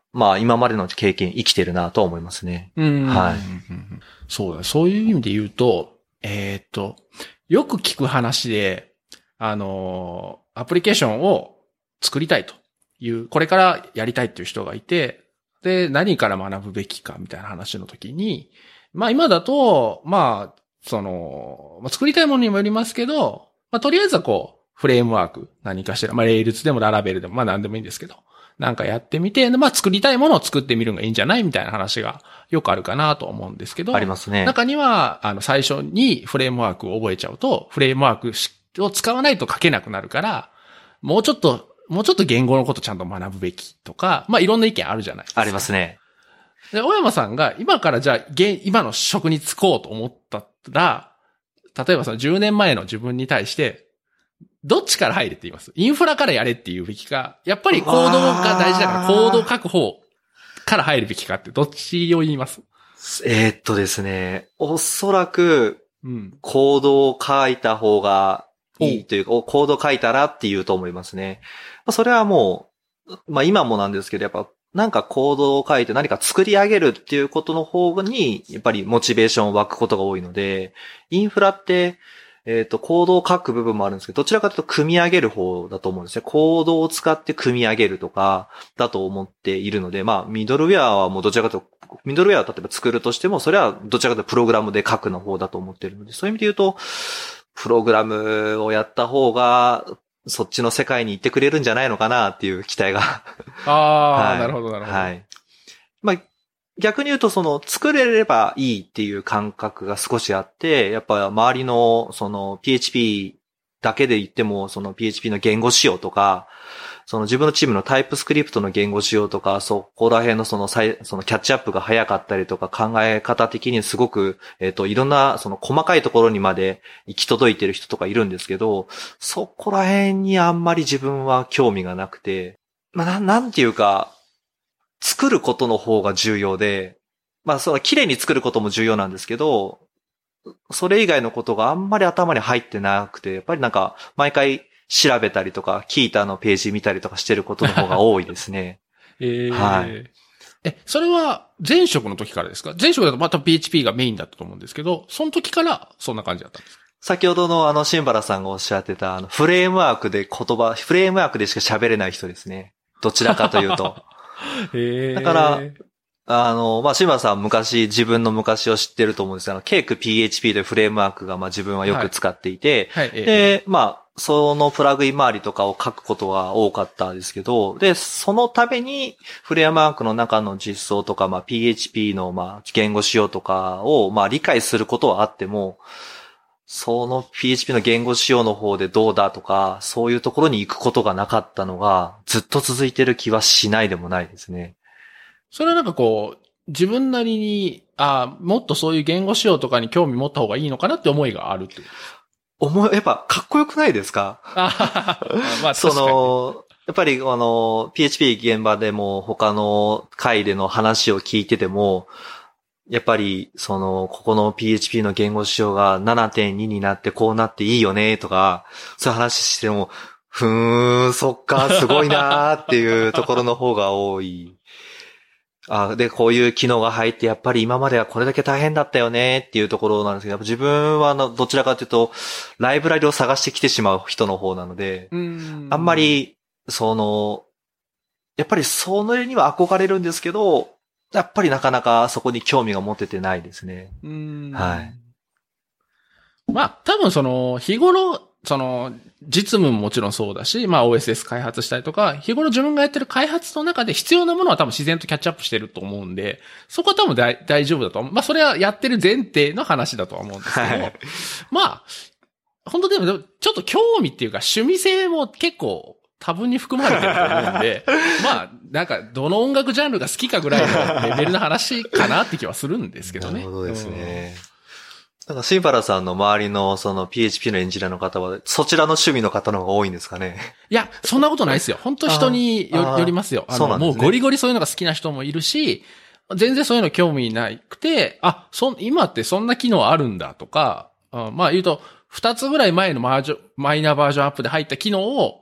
B: まあ今までの経験生きてるなとは思いますね。はい。
A: そうだ、そういう意味で言うと、よく聞く話で、アプリケーションを作りたいという、これからやりたいっていう人がいて、で、何から学ぶべきかみたいな話の時に、まあ今だと、まあ、作りたいものにもよりますけど、まあとりあえずはフレームワーク、何かしら、まあレールズでもララベルでも、まあ何でもいいんですけど、なんかやってみて、まあ作りたいものを作ってみるのがいいんじゃないみたいな話がよくあるかなと思うんですけど。
B: ありますね。
A: 中には、最初にフレームワークを覚えちゃうと、フレームワークを使わないと書けなくなるから、もうちょっと言語のことちゃんと学ぶべきとか、まあいろんな意見あるじゃないですか。
B: ありますね。
A: で、小山さんが今からじゃあ、今の職に就こうと思ったら、例えばその10年前の自分に対して、どっちから入れって言います？インフラからやれって言うべきか、やっぱりコードが大事だからコードを書く方から入るべきかってどっちを言います？
B: ですね、おそらく、コードを書いた方がいいというか、コード書いたらって言うと思いますね。それはもう、まあ今もなんですけど、やっぱなんかコードを書いて何か作り上げるっていうことの方に、やっぱりモチベーションを湧くことが多いので、インフラって、コードを書く部分もあるんですけど、どちらかというと組み上げる方だと思うんですね。コードを使って組み上げるとか、だと思っているので、まあ、ミドルウェアはもうどちらかというと、ミドルウェアを例えば作るとしても、それはどちらかというとプログラムで書くの方だと思っているので、そういう意味で言うと、プログラムをやった方が、そっちの世界に行ってくれるんじゃないのかなっていう期待が。
A: はい、なるほど、なるほど。
B: はい。まあ、逆に言うと作れればいいっていう感覚が少しあって、やっぱ周りのPHP だけで言ってもPHP の言語仕様とか、自分のチームのタイプスクリプトの言語仕様とか、そこら辺のキャッチアップが早かったりとか考え方的にすごく、いろんな細かいところにまで行き届いてる人とかいるんですけど、そこら辺にあんまり自分は興味がなくて、まあ、なんていうか、作ることの方が重要で、まあ綺麗に作ることも重要なんですけど、それ以外のことがあんまり頭に入ってなくて、やっぱりなんか毎回調べたりとか、キータのページ見たりとかしてることの方が多いですね。
A: はい。それは前職の時からですか？前職だとまた PHP がメインだったと思うんですけど、その時からそんな感じだったんですか？
B: 先ほどのシンバラさんがおっしゃってたフレームワークでフレームワークでしか喋れない人ですね。どちらかというと。だから、まあ、シンバラさんは自分の昔を知ってると思うんですが、ケーク PHP というフレームワークがまあ自分はよく使っていて、で、まあ、そのプラグイン周りとかを書くことが多かったですけど、で、そのためにフレームワークの中の実装とか、まあ PHP のまあ言語仕様とかをまあ理解することはあっても、その PHP の言語仕様の方でどうだとか、そういうところに行くことがなかったのがずっと続いてる気はしないでもないですね。
A: それはなんか自分なりに、もっとそういう言語仕様とかに興味持った方がいいのかなって思いがあるっていう。
B: やっぱかっこよくないですか？
A: まあ確かに。
B: やっぱりPHP 現場でも他の回での話を聞いてても、やっぱりここの PHP の言語仕様が 7.2 になってこうなっていいよねとか、そういう話しても、そっか、すごいなーっていうところの方が多い。で、こういう機能が入って、やっぱり今まではこれだけ大変だったよねっていうところなんですけど、やっぱ自分はどちらかというと、ライブラリを探してきてしまう人の方なので、あんまり、やっぱりその絵には憧れるんですけど、やっぱりなかなかそこに興味が持ててないですね。はい。
A: まあ、多分日頃、実務ももちろんそうだし、まあ OSS 開発したりとか、日頃自分がやってる開発の中で必要なものは多分自然とキャッチアップしてると思うんで、そこは多分大丈夫だと思う。まあそれはやってる前提の話だとは思うんですけど、はい、まあ、本当でもちょっと興味っていうか趣味性も結構多分に含まれてると思うんで、まあ、なんかどの音楽ジャンルが好きかぐらいのレベルの話かなって気はするんですけどね。
B: なるほどですね。なんかシンバラさんの周りのPHP のエンジニアの方は、そちらの趣味の方の方が多いんですかね。
A: いや、そんなことないですよ。本当人によりますよ。
B: そうなんですね。
A: もうゴリゴリそういうのが好きな人もいるし、全然そういうの興味なくて、今ってそんな機能あるんだとか、まあ言うと、2つぐらい前のマイナーバージョンアップで入った機能を、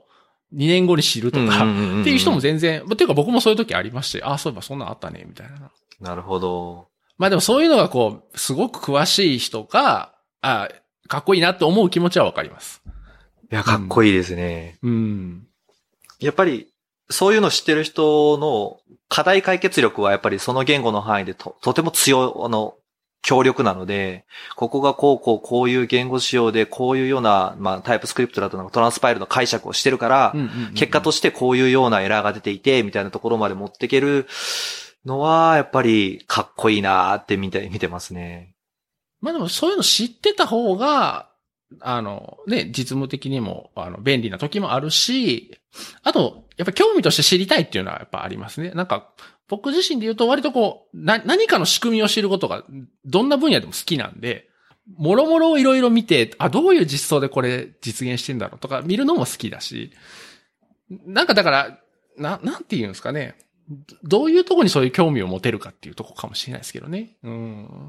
A: 年後に知るとか、
B: うんうんうんうん
A: っていう人も全然、ていうか僕もそういう時ありまして、あ、そういえばそんなんあったね、みたいな。
B: なるほど。
A: まあでもそういうのがこう、すごく詳しい人が、かっこいいなって思う気持ちはわかります。
B: いや、かっこいいですね。
A: うん。
B: やっぱり、そういうの知ってる人の課題解決力はやっぱりその言語の範囲でとても強い、強力なので、ここがこういう言語仕様で、こういうような、まあ、タイプスクリプトだとなんかトランスパイルの解釈をしてるから、結果としてこういうようなエラーが出ていて、みたいなところまで持っていけるのは、やっぱりかっこいいなーって見てますね。
A: まあでもそういうの知ってた方が、実務的にも、便利な時もあるし、あと、やっぱ興味として知りたいっていうのはやっぱありますね。なんか、僕自身で言うと割とこう、何かの仕組みを知ることが、どんな分野でも好きなんで、もろもろいろいろ見て、どういう実装でこれ実現してんだろうとか見るのも好きだし、なんかだから、なんて言うんですかね。どういうとこにそういう興味を持てるかっていうとこかもしれないですけどね。うん。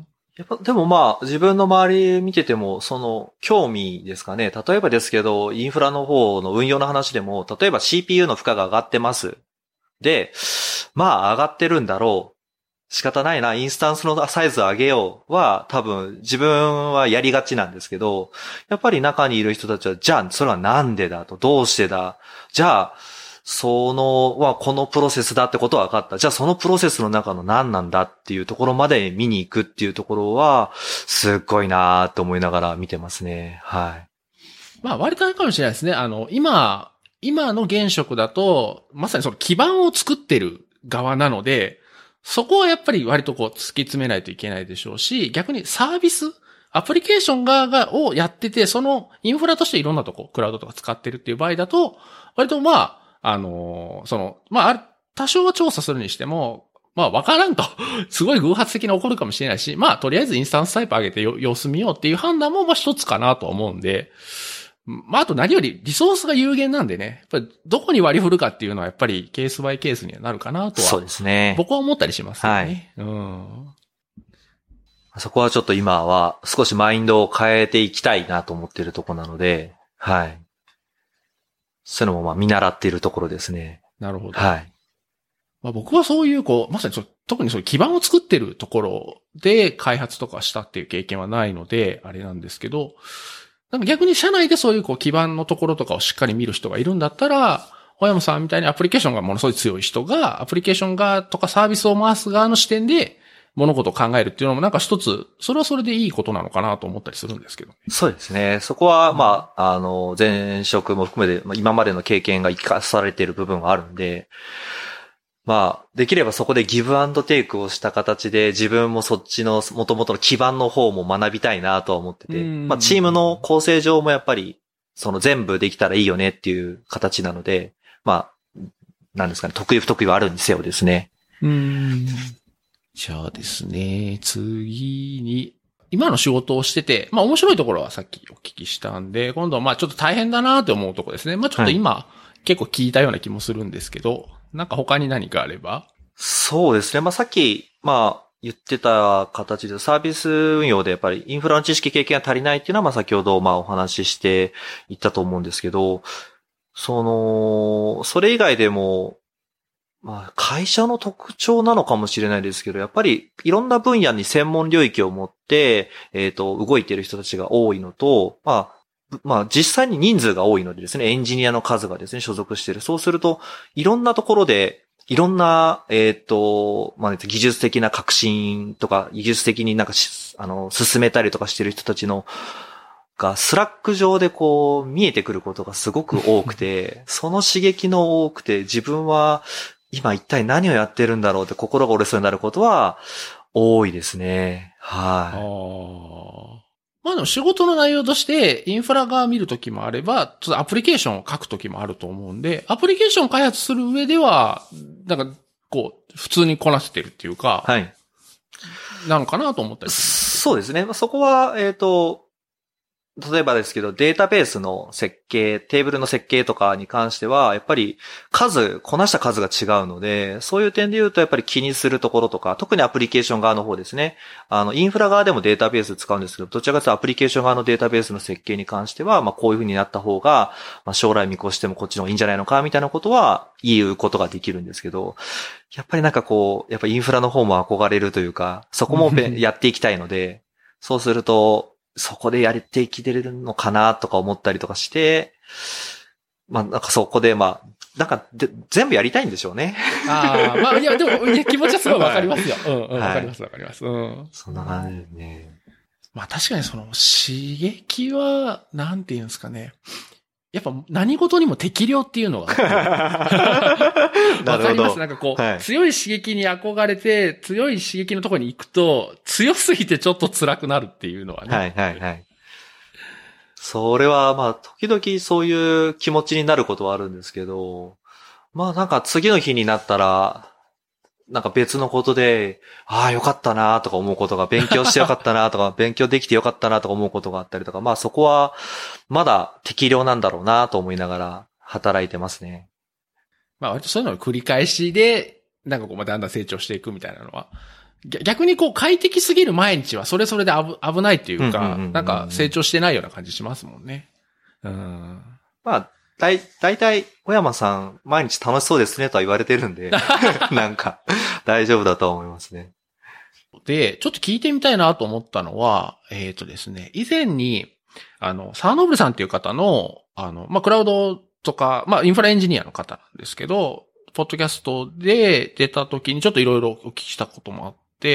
B: やっぱ、でもまあ、自分の周り見てても、その、興味ですかね。例えばですけど、インフラの方の運用の話でも、例えば CPU の負荷が上がってます。で、まあ、上がってるんだろう。仕方ないな、インスタンスのサイズを上げようは、多分、自分はやりがちなんですけど、やっぱり中にいる人たちは、じゃあ、それはなんでだと、どうしてだ。じゃあ、このプロセスだってことは分かった。じゃあそのプロセスの中の何なんだっていうところまで見に行くっていうところは、すっごいなーと思いながら見てますね。はい。
A: まあ割とあれかもしれないですね。今の現職だと、まさにその基盤を作ってる側なので、そこはやっぱり割とこう突き詰めないといけないでしょうし、逆にサービス、アプリケーション側をやってて、そのインフラとしていろんなとこ、クラウドとか使ってるっていう場合だと、割と多少は調査するにしても、わからんと。すごい偶発的な起こるかもしれないし、とりあえずインスタンスタイプ上げて様子見ようっていう判断も、一つかなと思うんで、あと何よりリソースが有限なんでね、やっぱりどこに割り振るかっていうのはやっぱりケースバイケースにはなるかなとは。
B: そうですね。
A: 僕は思ったりしますよね。
B: はい。
A: うん。
B: そこはちょっと今は少しマインドを変えていきたいなと思っているところなので、はい。そういうのも見習っているところですね。
A: なるほど。
B: はい。
A: 僕はそういうまさに特にそういう基盤を作ってるところで開発とかしたっていう経験はないので、あれなんですけど、なんか逆に社内でそういう基盤のところとかをしっかり見る人がいるんだったら、小山さんみたいにアプリケーションがものすごい強い人が、アプリケーション側とかサービスを回す側の視点で物事を考えるっていうのもなんか一つ、それはそれでいいことなのかなと思ったりするんですけど。
B: そうですね。そこは、前職も含めて、今までの経験が生かされている部分があるんで、できればそこでギブアンドテイクをした形で自分もそっちの元々の基盤の方も学びたいなとは思ってて、チームの構成上もやっぱり、その全部できたらいいよねっていう形なので、なんですかね、得意不得意はあるにせよですね。
A: じゃあですね、次に、今の仕事をしてて、面白いところはさっきお聞きしたんで、今度はちょっと大変だなって思うところですね。ちょっと今、結構聞いたような気もするんですけど、なんか他に何かあれば？
B: そうですね。さっき、言ってた形でサービス運用でやっぱりインフラの知識経験が足りないっていうのは先ほどお話ししていったと思うんですけど、それ以外でも、会社の特徴なのかもしれないですけど、やっぱりいろんな分野に専門領域を持って、動いている人たちが多いのと、実際に人数が多いのでですね、エンジニアの数がですね、所属している。そうすると、いろんなところで、いろんな、技術的な革新とか、技術的になんか進めたりとかしている人たちの、が、スラック上で見えてくることがすごく多くて、その刺激の多くて、自分は、今一体何をやってるんだろうって心が折れそうになることは、多いですね。はい。
A: でも仕事の内容としてインフラ側見るときもあれば、ちょっとアプリケーションを書くときもあると思うんで、アプリケーションを開発する上では、なんか、普通にこなせてるっていうか、
B: はい。
A: なのかなと思ったりする。
B: そうですね。そこは、 例えばですけど、データベースの設計、テーブルの設計とかに関しては、やっぱりこなした数が違うので、そういう点で言うとやっぱり気にするところとか、特にアプリケーション側の方ですね。インフラ側でもデータベース使うんですけど、どちらかというとアプリケーション側のデータベースの設計に関しては、こういう風になった方が、将来見越してもこっちの方がいいんじゃないのか、みたいなことは言うことができるんですけど、やっぱりやっぱインフラの方も憧れるというか、そこもやっていきたいので、そうすると、そこでやっていけてるのかなとか思ったりとかして、そこで全部やりたいんでしょうね。
A: いや、でも、気持ちはすごいわかりますよ。わかります、わかります。
B: そんな感じですね。
A: 確かにその刺激は、なんて言うんですかね。やっぱ何事にも適量っていうのがあって。わかります。強い刺激に憧れて、強い刺激のところに行くと、強すぎてちょっと辛くなるっていうのはね。
B: はい。それは時々そういう気持ちになることはあるんですけど、次の日になったら、別のことで、よかったなとか思うことが、勉強してよかったなとか、勉強できてよかったなとか思うことがあったりとか、そこは、まだ適量なんだろうなと思いながら働いてますね。
A: 割とそういうのを繰り返しで、だんだん成長していくみたいなのは、逆に快適すぎる毎日はそれそれで危ないっていうか、成長してないような感じしますもんね。
B: だいたい小山さん毎日楽しそうですねとは言われてるんで、大丈夫だとは思いますね。
A: で、ちょっと聞いてみたいなと思ったのは、ですね、以前に、サーノブルさんっていう方の、クラウドとか、インフラエンジニアの方なんですけど、ポッドキャストで出た時にちょっといろいろお聞きしたこともあって、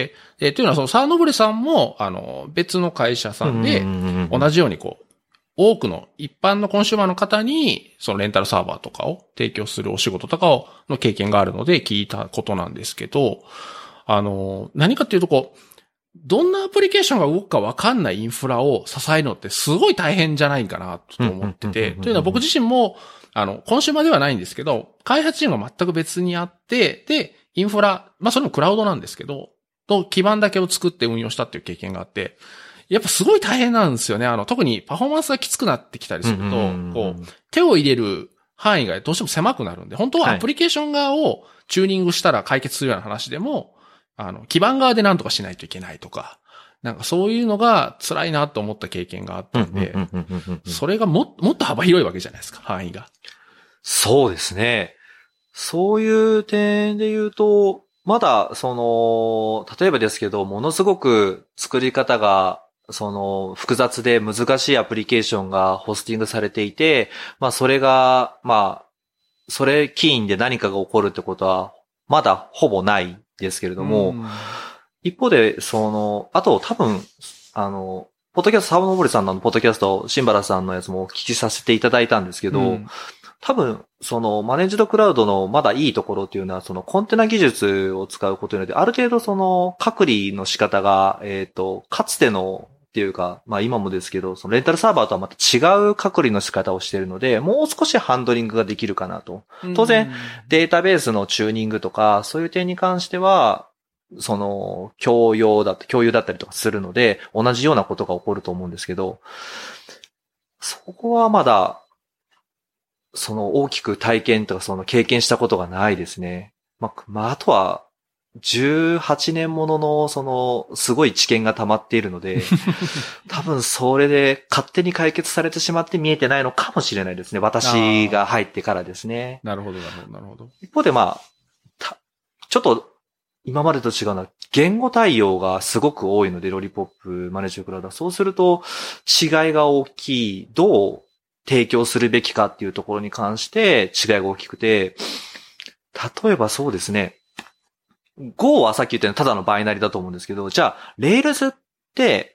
A: というのはそのサーノブルさんも、別の会社さんで、同じように多くの一般のコンシューマーの方に、そのレンタルサーバーとかを提供するお仕事とかの経験があるので聞いたことなんですけど、何かっていうとどんなアプリケーションが動くかわかんないインフラを支えるのってすごい大変じゃないかなと思ってて、というのは僕自身も、コンシューマーではないんですけど、開発チームが全く別にあって、で、インフラ、それもクラウドなんですけど、基盤だけを作って運用したっていう経験があって、やっぱすごい大変なんですよね。特にパフォーマンスがきつくなってきたりすると、手を入れる範囲がどうしても狭くなるんで、本当はアプリケーション側をチューニングしたら解決するような話でも、基盤側で何とかしないといけないとか、そういうのが辛いなと思った経験があったんで、それがもっと幅広いわけじゃないですか、範囲が。
B: そうですね。そういう点で言うと、まだ、例えばですけど、ものすごく作り方が、複雑で難しいアプリケーションがホスティングされていて、それが、それ起因で何かが起こるってことは、まだほぼないですけれども、一方で、あと多分、ポッドキャスト、サブノボリさんのポッドキャスト、シンバラさんのやつもお聞きさせていただいたんですけど、多分、マネージドクラウドのまだいいところっていうのは、コンテナ技術を使うことによって、ある程度隔離の仕方が、かつてのっていうか、今もですけど、レンタルサーバーとはまた違う隔離の仕方をしているので、もう少しハンドリングができるかなと。当然、データベースのチューニングとか、そういう点に関しては、共有だったりとかするので、同じようなことが起こると思うんですけど、そこはまだ、大きく体験とか経験したことがないですね。あとは、18年ものの、すごい知見が溜まっているので、多分それで勝手に解決されてしまって見えてないのかもしれないですね。私が入ってからですね。
A: なるほど。
B: 一方でちょっと、今までと違うのは、言語対応がすごく多いので、ロリポップ、マネージドクラウドは。そうすると、違いが大きい。どう提供するべきかっていうところに関して違いが大きくて、例えばそうですね。Go はさっき言ったようにただのバイナリだと思うんですけど、じゃあ、Rails って、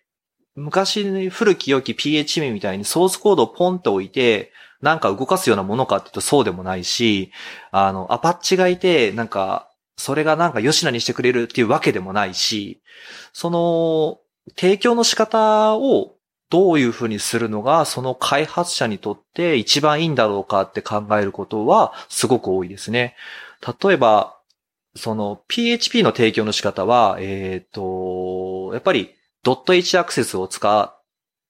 B: 昔に古き良き PHP みたいにソースコードをポンと置いて、動かすようなものかっていうとそうでもないし、アパッチがいて、それが吉名にしてくれるっていうわけでもないし、提供の仕方をどういうふうにするのが、その開発者にとって一番いいんだろうかって考えることはすごく多いですね。例えば、PHP の提供の仕方は、やっぱり .h アクセスを使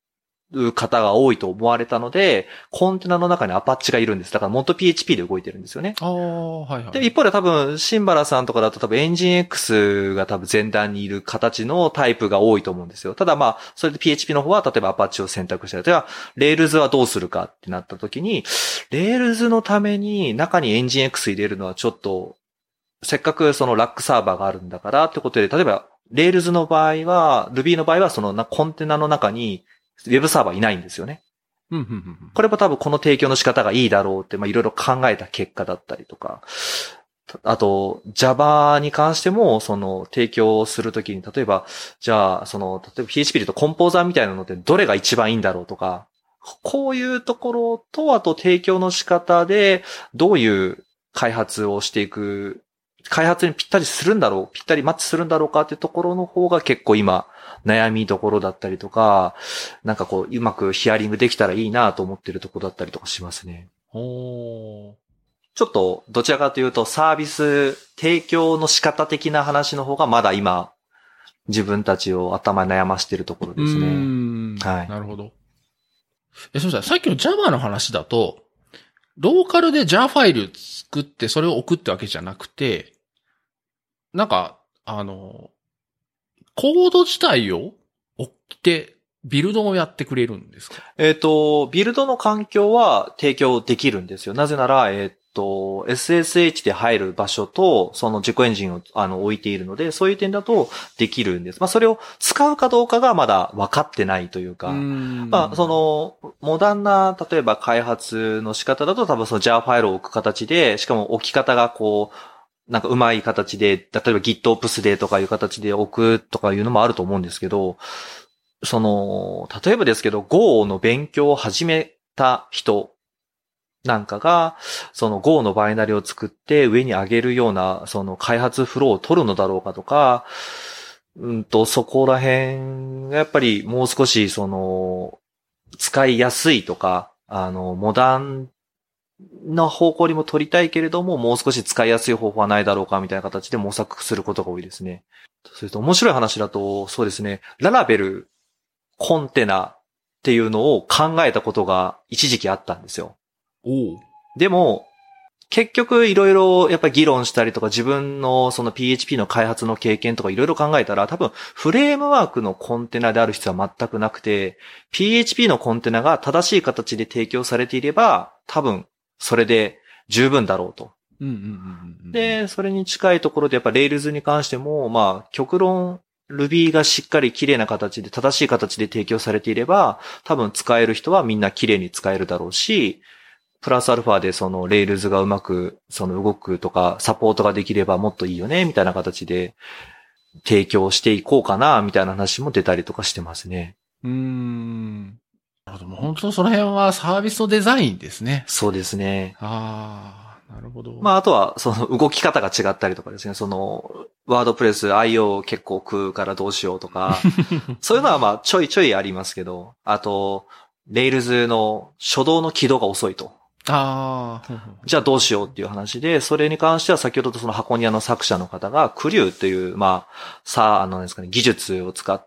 B: 方が多いと思われたので、コンテナの中にアパッチがいるんです。だから元 PHP で動いてるんですよね。
A: はいはい。
B: で、一方で多分、シンバラさんとかだと多分エンジン X が多分前段にいる形のタイプが多いと思うんですよ。ただまあ、それで PHP の方は例えばアパッチを選択したり、例えば、レールズはどうするかってなった時に、レールズのために中にエンジン X 入れるのはちょっと、せっかくそのラックサーバーがあるんだからってことで、例えば、レールズの場合は、Ruby の場合はそのコンテナの中にウェブサーバーいないんですよね。これも多分この提供の仕方がいいだろうって、まあいろいろ考えた結果だったりとか、あと Java に関してもその提供するときに例えば、じゃあ例えば PHP で言うとコンポーザーみたいなのってどれが一番いいんだろうとか、こういうところと、あと提供の仕方でどういう開発をしていく、開発にぴったりするんだろう、ぴったりマッチするんだろうかっていうところの方が結構今悩みどころだったりとか、なんかこううまくヒアリングできたらいいなと思ってるところだったりとかしますね。ちょっとどちらかというとサービス提供の仕方的な話の方がまだ今自分たちを頭に悩ましているところですね。はい。
A: なるほど。そうさ、さっきの Java の話だと、ローカルで Jar ファイル作ってそれを送ってわけじゃなくて、なんか、コード自体を送ってビルドをやってくれるんですか？
B: ビルドの環境は提供できるんですよ。なぜなら、SSH で入る場所と、その自己エンジンを置いているので、そういう点だとできるんです。まあ、それを使うかどうかがまだ分かってないというか、まあ、モダンな、例えば開発の仕方だと多分その Jar ファイルを置く形で、しかも置き方がこう、なんかうまい形で、例えば GitOps でとかいう形で置くとかいうのもあると思うんですけど、例えばですけど、Go の勉強を始めた人なんかが、Go のバイナリを作って上に上げるような、開発フローを取るのだろうかとか、そこら辺がやっぱりもう少し、使いやすいとか、モダンな方向にも取りたいけれども、もう少し使いやすい方法はないだろうかみたいな形で模索することが多いですね。それと面白い話だと、そうですね、ララベルコンテナっていうのを考えたことが一時期あったんですよ。でも、結局いろいろやっぱり議論したりとか自分のその PHP の開発の経験とかいろいろ考えたら多分フレームワークのコンテナである必要は全くなくて PHP のコンテナが正しい形で提供されていれば多分それで十分だろうと。で、それに近いところでやっぱ Rails に関してもまあ極論Ruby がしっかり綺麗な形で正しい形で提供されていれば多分使える人はみんな綺麗に使えるだろうしプラスアルファでレールズがうまく動くとかサポートができればもっといいよねみたいな形で提供していこうかなみたいな話も出たりとかしてますね。
A: なるほど。本当その辺はサービスのデザインですね。
B: そうですね。
A: なるほど。
B: まああとは動き方が違ったりとかですね。ワードプレス IO 結構食うからどうしようとかそういうのはまあちょいちょいありますけど、あとレールズの初動の起動が遅いと。じゃあどうしようっていう話で、それに関しては先ほどと箱庭の作者の方がクリューっていう、まあ、なんですかね、技術を使って、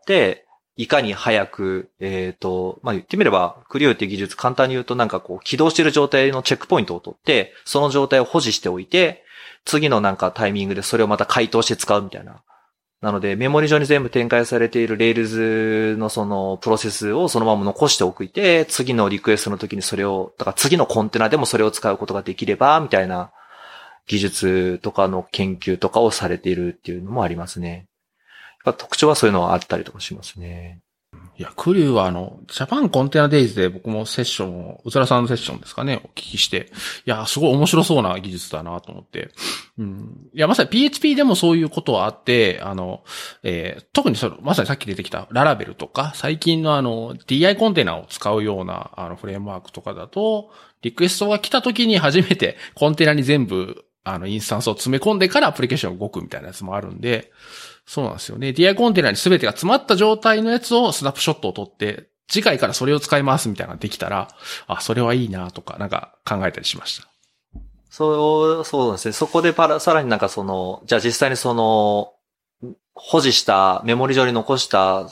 B: いかに早く、まあ言ってみれば、クリューっていう技術、簡単に言うとなんかこう、起動している状態のチェックポイントを取って、その状態を保持しておいて、次のなんかタイミングでそれをまた解凍して使うみたいな。なので、メモリ上に全部展開されている Rails のプロセスをそのまま残しておいて、次のリクエストの時にそれを、だから次のコンテナでもそれを使うことができれば、みたいな技術とかの研究とかをされているっていうのもありますね。特徴はそういうのはあったりとかしますね。
A: いや、クリューはジャパンコンテナデイズで僕もセッションを、うつらさんのセッションですかね、お聞きして、いや、すごい面白そうな技術だなと思って。いや、まさに PHP でもそういうことはあって、特にまさにさっき出てきたララベルとか、最近のDI コンテナを使うようなフレームワークとかだと、リクエストが来た時に初めてコンテナに全部、インスタンスを詰め込んでからアプリケーションが動くみたいなやつもあるんで、そうなんですよね。DI コンテナに全てが詰まった状態のやつをスナップショットを撮って、次回からそれを使いますみたいなのができたら、それはいいなとか、なんか考えたりしました。
B: そうですね。そこでさらになんかじゃあ実際に保持した、メモリ上に残した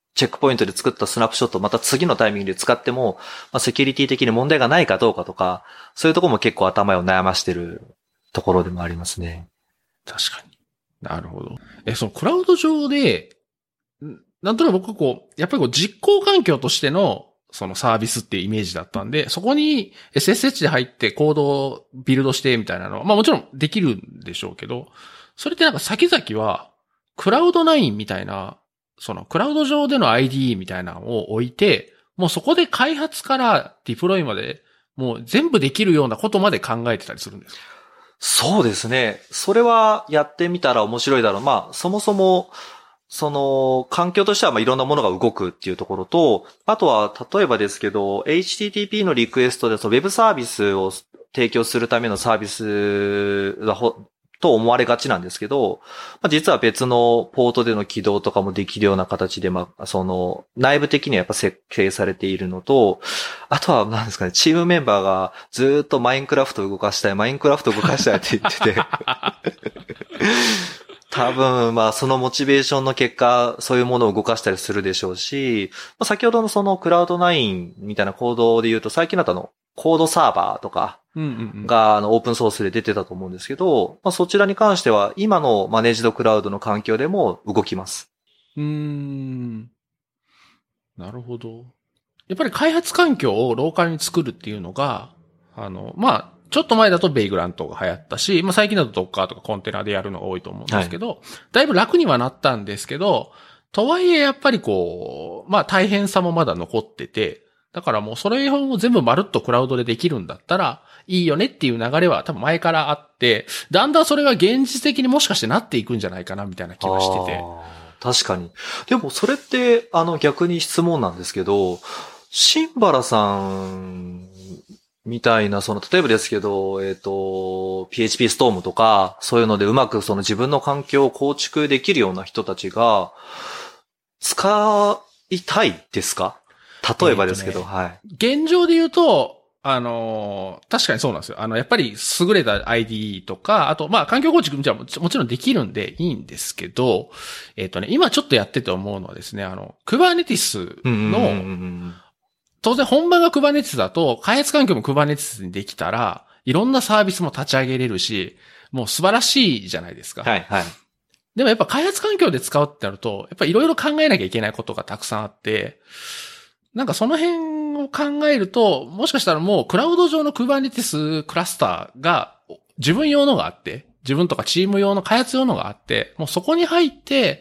B: チェックポイントで作ったスナップショットをまた次のタイミングで使っても、まあ、セキュリティ的に問題がないかどうかとか、そういうところも結構頭を悩ましてるところでもありますね。
A: 確かに。なるほど。そのクラウド上で、なんとなく僕やっぱり実行環境としての、そのサービスっていうイメージだったんで、そこに SSH で入ってコードをビルドしてみたいなのは、まあもちろんできるんでしょうけど、それってなんか先々は、クラウド9みたいな、そのクラウド上での IDE みたいなのを置いて、もうそこで開発からディプロイまで、もう全部できるようなことまで考えてたりするんですか？
B: そうですね。それはやってみたら面白いだろう。まあ、そもそも、その、環境としては、まあ、いろんなものが動くっていうところと、あとは、例えばですけど、HTTP のリクエストで、ウェブサービスを提供するためのサービスと思われがちなんですけど、まあ、実は別のポートでの起動とかもできるような形で、まあ、その、内部的にはやっぱ設計されているのと、あとは何ですかね、チームメンバーがずーっとマインクラフトを動かしたいって言ってて、多分、まあ、そのモチベーションの結果、そういうものを動かしたりするでしょうし、まあ、先ほどのそのクラウド9みたいなコードで言うと、最近だとコードサーバーとかが、オープンソースで出てたと思うんですけど、まあ、そちらに関しては、今のマネージドクラウドの環境でも動きます。
A: なるほど。やっぱり開発環境をローカルに作るっていうのが、まあ、ちょっと前だとベイグラントが流行ったし、まあ最近だとドッカーとかコンテナでやるのが多いと思うんですけど、だいぶ楽にはなったんですけど、とはいえやっぱりまあ大変さもまだ残ってて、だからもうそれを全部まるっとクラウドでできるんだったらいいよねっていう流れは多分前からあって、だんだんそれが現実的にもしかしてなっていくんじゃないかなみたいな気がしてて。
B: 確かに。でもそれって、逆に質問なんですけど、シンバラさんみたいな、例えばですけど、PHP ストームとか、そういうのでうまく自分の環境を構築できるような人たちが、使いたいですか？例えばですけど、はい。
A: 現状で言うと、確かにそうなんですよ。やっぱり優れた IDE とか、あと、まあ、環境構築じゃもちろんできるんでいいんですけど、今ちょっとやってて思うのはですね、Kubernetes の、当然本番が Kubernetes だと、開発環境も Kubernetes にできたら、いろんなサービスも立ち上げれるし、もう素晴らしいじゃないですか。
B: はい、はい。
A: でもやっぱ開発環境で使うってなると、やっぱいろいろ考えなきゃいけないことがたくさんあって、なんかその辺を考えると、もしかしたらもうクラウド上の Kubernetes クラスターが自分用のがあって、自分とかチーム用の開発用のがあって、もうそこに入って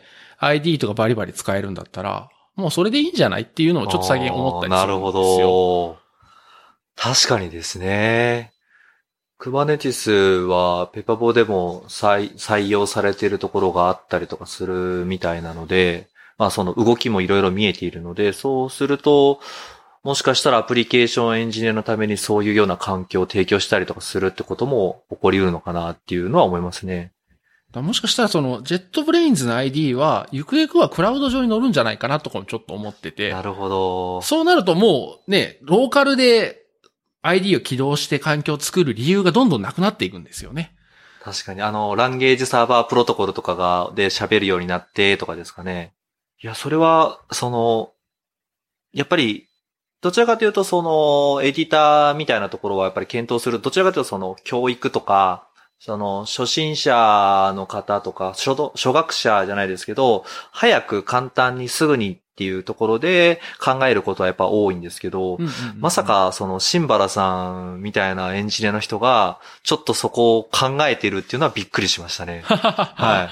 A: ID とかバリバリ使えるんだったら、もうそれでいいんじゃないっていうのをちょっと最近思ったりするんですよ。
B: なるほど。確かにですね。Kubernetes はペパボでも採用されているところがあったりとかするみたいなので、まあその動きもいろいろ見えているので、そうすると、もしかしたらアプリケーションエンジニアのためにそういうような環境を提供したりとかするってことも起こり得るのかなっていうのは思いますね。
A: もしかしたらJetBrains の ID は、ゆくゆくはクラウド上に乗るんじゃないかなとかもちょっと思ってて。
B: なるほど。
A: そうなるともうね、ローカルで ID を起動して環境を作る理由がどんどんなくなっていくんですよね。
B: 確かにランゲージサーバープロトコルとかで喋るようになってとかですかね。いや、それは、やっぱり、どちらかというとエディターみたいなところはやっぱり検討する。どちらかというと教育とか、初心者の方とか、初学者じゃないですけど、早く簡単にすぐにっていうところで考えることはやっぱ多いんですけど、まさかシンバラさんみたいなエンジニアの人が、ちょっとそこを考えてるっていうのはびっくりしましたね。はい。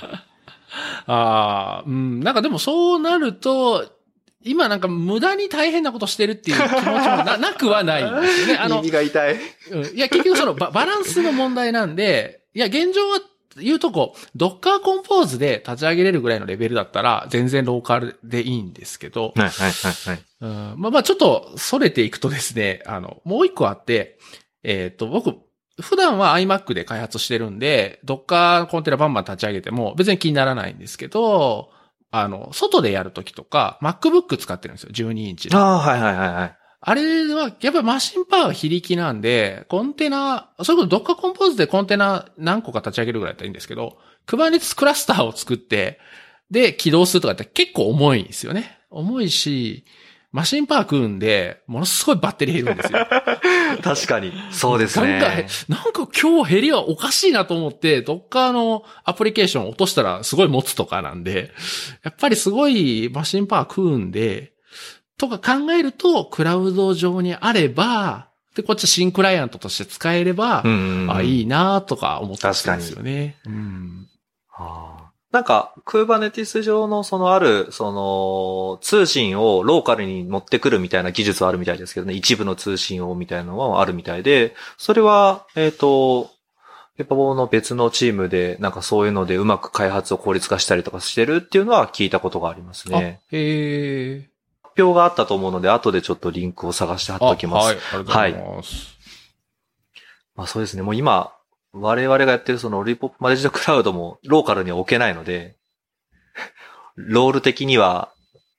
A: なんかでもそうなると、今なんか無駄に大変なことしてるっていう気持ちも なくはないんですよね。
B: 耳が痛い。
A: いや、結局バランスの問題なんで、いや、現状は言うとDocker Compose で立ち上げれるぐらいのレベルだったら、全然ローカルでいいんですけど、
B: はいはいはいはい。
A: まあちょっと逸れていくとですね、もう一個あって、僕、普段は iMac で開発してるんで、Docker コンテナバンバン立ち上げても別に気にならないんですけど、外でやるときとか、MacBook 使ってるんですよ、12インチで。
B: はいはいはいはい。
A: あれは、やっぱりマシンパワーが非力なんで、コンテナ、それこそ Docker Compose でコンテナ何個か立ち上げるぐらいだったらいいんですけど、Kubernetes クラスターを作って、で、起動するとかって結構重いんですよね。 重いし、マシンパワー食うんで、ものすごいバッテリー減るんですよ。
B: 確かに。そうですね。
A: なんか今日減りはおかしいなと思って、どっかのアプリケーションを落としたらすごい持つとかなんで、やっぱりすごいマシンパワー食うんで、とか考えると、クラウド上にあれば、で、こっち新クライアントとして使えれば、いいなとか思ったんですよね。
B: なんか、Kubernetes 上の通信をローカルに持ってくるみたいな技術はあるみたいですけどね、一部の通信をみたいなのはあるみたいで、それは、ペパボの別のチームで、なんかそういうのでうまく開発を効率化したりとかしてるっていうのは聞いたことがありますね。発表があったと思うので、後でちょっとリンクを探して貼っておきます。
A: はい、ありがとうございます。
B: まあそうですね、もう今、我々がやってるそのロリポップマネージドクラウドもローカルには置けないので、ロール的には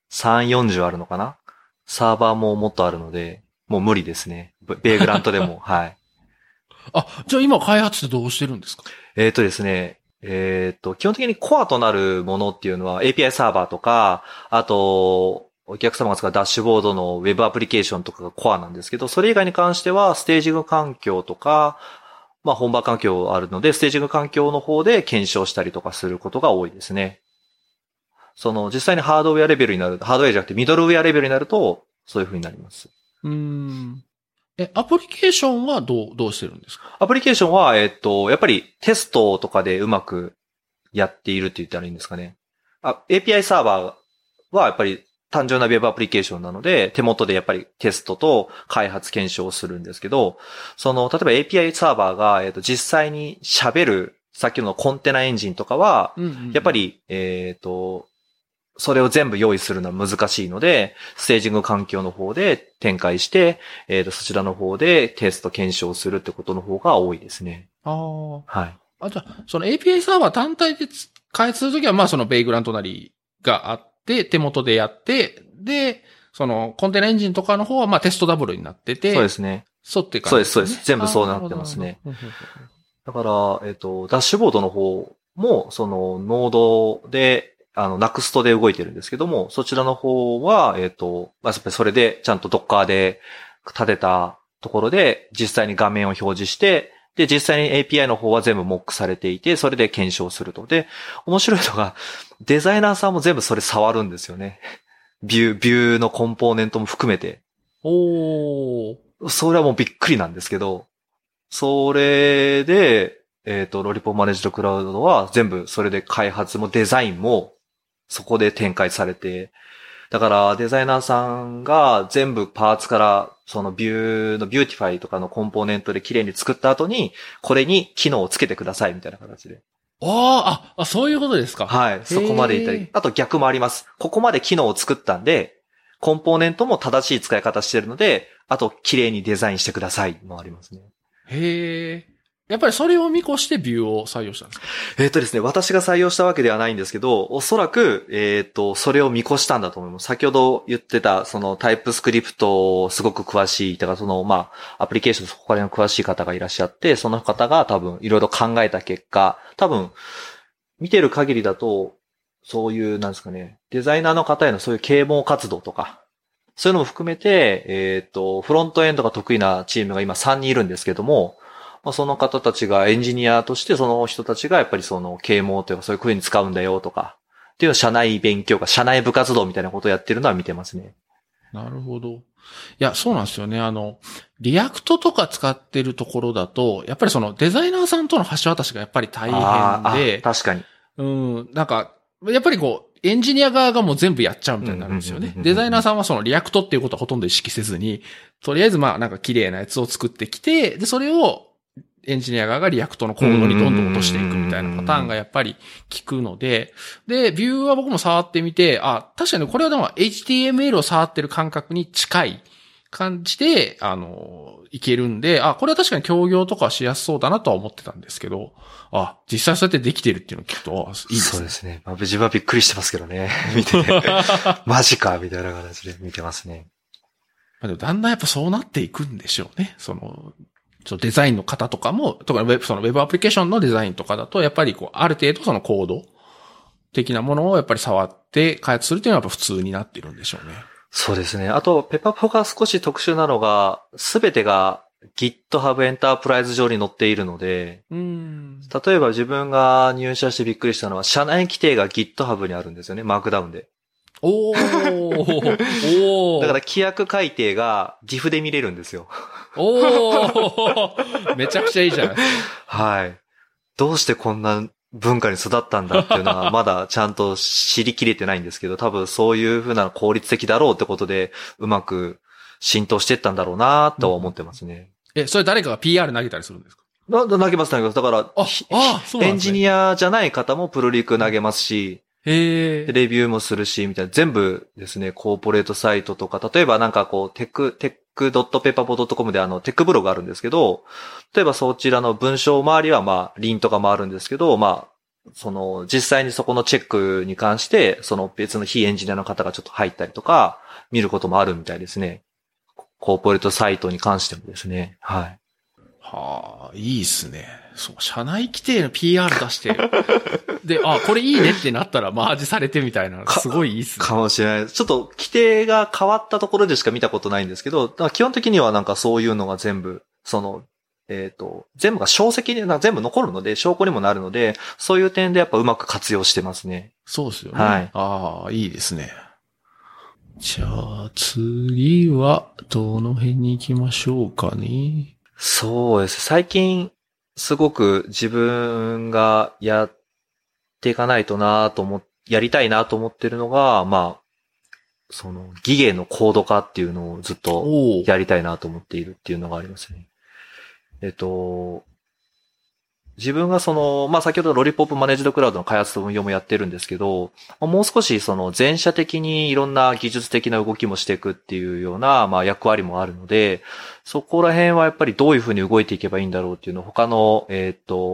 B: 3、40あるのかな？サーバーももっとあるので、もう無理ですね。ベイグラントでも、はい。
A: じゃあ今開発ってどうしてるんですか？
B: ですね、基本的にコアとなるものっていうのは API サーバーとか、あと、お客様が使うダッシュボードのウェブアプリケーションとかがコアなんですけど、それ以外に関してはステージング環境とか、まあ本場環境あるので、ステージング環境の方で検証したりとかすることが多いですね。実際にハードウェアレベルになる、ハードウェアじゃなくてミドルウェアレベルになると、そういう風になります。
A: アプリケーションはどうしてるんですか？
B: アプリケーションは、やっぱりテストとかでうまくやっているって言ったらいいんですかね。API サーバーはやっぱり単純なウェブアプリケーションなので、手元でやっぱりテストと開発検証をするんですけど、例えば API サーバーが、実際に喋る、さっきのコンテナエンジンとかは、やっぱり、それを全部用意するのは難しいので、ステージング環境の方で展開して、そちらの方でテスト検証するってことの方が多いですね。はい。
A: じゃあ、その API サーバー単体で開発するときは、まあそのベイグラントなりがあって、手元でやって、で、そのコンテナエンジンとかの方はまあテストダブルになってて。
B: そうですね。
A: そうって感じですね。
B: そうです。全部そうなってますね。だから、ダッシュボードの方も、ノードで、ナクストで動いてるんですけども、そちらの方は、まあ、やっぱりそれで、ちゃんと Docker で立てたところで、実際に画面を表示して、で、実際に API の方は全部モックされていて、それで検証すると。で、面白いのが、デザイナーさんも全部それ触るんですよね。ビューのコンポーネントも含めて。それはもうびっくりなんですけど、それで、ロリポマネージドクラウドは全部それで開発もデザインもそこで展開されて、だからデザイナーさんが全部パーツからそのビューのビューティファイとかのコンポーネントで綺麗に作った後に、これに機能をつけてくださいみたいな形で。
A: そういうことですか。
B: はい。そこまでいったり。あと逆もあります。ここまで機能を作ったんで、コンポーネントも正しい使い方してるので、あと綺麗にデザインしてくださいもありますね。
A: やっぱりそれを見越してビューを採用したんですか？
B: ですね、私が採用したわけではないんですけど、おそらく、それを見越したんだと思います。先ほど言ってた、タイプスクリプトすごく詳しい、だからまあ、アプリケーションそこら辺の詳しい方がいらっしゃって、その方が多分いろいろ考えた結果、多分、見てる限りだと、そういう、なんですかね、デザイナーの方へのそういう啓蒙活動とか、そういうのも含めて、フロントエンドが得意なチームが今3人いるんですけども、その方たちがエンジニアとしてその人たちがやっぱり啓蒙というかそういう風に使うんだよとか、っていう社内勉強が社内部活動みたいなことをやってるのは見てますね。
A: なるほど。いや、そうなんですよね。リアクトとか使ってるところだと、やっぱりデザイナーさんとの橋渡しがやっぱり大変で。
B: 確かに。
A: なんか、やっぱりエンジニア側がもう全部やっちゃうみたいになるんですよね。デザイナーさんはリアクトっていうことはほとんど意識せずに、とりあえずまあなんか綺麗なやつを作ってきて、で、それをエンジニア側がリアクトのコードにどんどん落としていくみたいなパターンがやっぱり効くので、で、ビューは僕も触ってみて、確かにこれはでも HTML を触ってる感覚に近い感じで、いけるんで、これは確かに協業とかしやすそうだなとは思ってたんですけど、実際そうやってできてるっていうのを聞くと、いいですね。
B: そうですね。自分はびっくりしてますけどね。見てて。マジかみたいな形で見てますね。
A: でもだんだんやっぱそうなっていくんでしょうね。デザインの方とかも、ウェブアプリケーションのデザインとかだと、やっぱりある程度コード的なものをやっぱり触って開発するっていうのはやっぱ普通になってるんでしょうね。
B: そうですね。あと、ペパポが少し特殊なのが、すべてが GitHub エンタープライズ上に載っているので、例えば自分が入社してびっくりしたのは、社内規定が GitHub にあるんですよね、マークダウンで。
A: おー。
B: だから規約改定が GIF で見れるんですよ。
A: めちゃくちゃいいじゃないです
B: か。はい。どうしてこんな文化に育ったんだっていうのはまだちゃんと知りきれてないんですけど、多分そういう風な効率的だろうってことでうまく浸透していったんだろうなとは思ってますね。
A: それ誰かが PR 投げたりするんですか？
B: 投げます。だから、エンジニアじゃない方もプルリク投げますし、レビューもするし、みたいな。全部ですね、コーポレートサイトとか、例えばなんかこう、tech.paperbo.com でテックブログがあるんですけど、例えばそちらの文章周りはリンとかもあるんですけど、実際にそこのチェックに関して、その別の非エンジニアの方がちょっと入ったりとか、見ることもあるみたいですね。コーポレートサイトに関してもですね。はい。
A: はあ、いいっすね。そう、社内規定の PR 出して、で、これいいねってなったらマージされてみたいな、すごいいいっすね。
B: かもしれない。ちょっと規定が変わったところでしか見たことないんですけど、基本的にはなんかそういうのが全部、全部が証跡に全部残るので、証拠にもなるので、そういう点でやっぱうまく活用してますね。
A: そうですよね。
B: はい。
A: ああ、いいですね。じゃあ、次は、どの辺に行きましょうかね。
B: そうです。最近、すごく自分がやっていかないとなとやりたいなと思ってるのが、技芸のコード化っていうのをずっとやりたいなと思っているっていうのがありますね。自分が先ほどロリポップマネージドクラウドの開発と運用もやってるんですけど、もう少し全社的にいろんな技術的な動きもしていくっていうような、役割もあるので、そこら辺はやっぱりどういうふうに動いていけばいいんだろうっていうのを他の、エ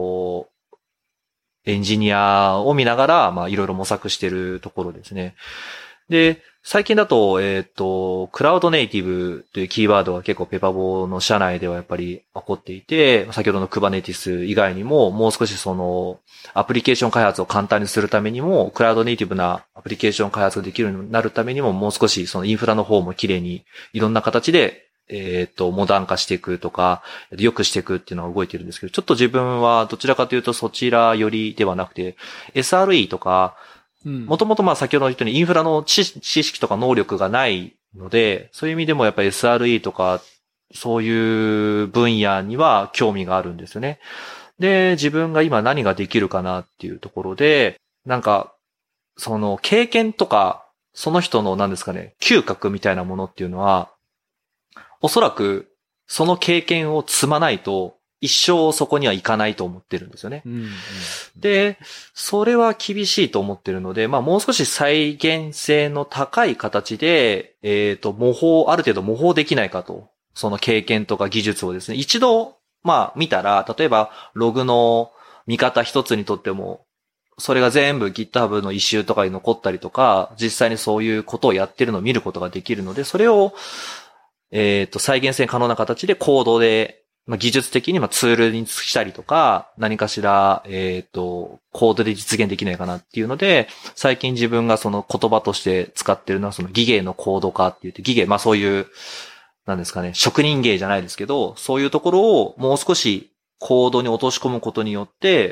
B: ンジニアを見ながら、いろいろ模索しているところですね。で、最近だと、クラウドネイティブというキーワードが結構ペパボの社内ではやっぱり起こっていて、先ほどの Kubernetes 以外にも、もう少しアプリケーション開発を簡単にするためにも、クラウドネイティブなアプリケーション開発ができるようになるためにも、もう少しインフラの方も綺麗に、いろんな形で、モダン化していくとか、良くしていくっていうのが動いてるんですけど、ちょっと自分はどちらかというとそちら寄りではなくて、SRE とか、もともと先ほど言ったようにインフラの知識とか能力がないので、そういう意味でもやっぱり SRE とか、そういう分野には興味があるんですよね。で、自分が今何ができるかなっていうところで、経験とか、その人の嗅覚みたいなものっていうのは、おそらくその経験を積まないと、一生そこには行かないと思ってるんですよね。で、それは厳しいと思ってるので、もう少し再現性の高い形で、ある程度模倣できないかと。その経験とか技術をですね、一度、見たら、例えば、ログの見方一つにとっても、それが全部 GitHub のイシューとかに残ったりとか、実際にそういうことをやってるのを見ることができるので、それを、再現性可能な形でコードで、技術的にツールにしたりとか、何かしら、コードで実現できないかなっていうので、最近自分がその言葉として使ってるのは技芸のコード化って言って、技芸、そういう、職人芸じゃないですけど、そういうところをもう少しコードに落とし込むことによって、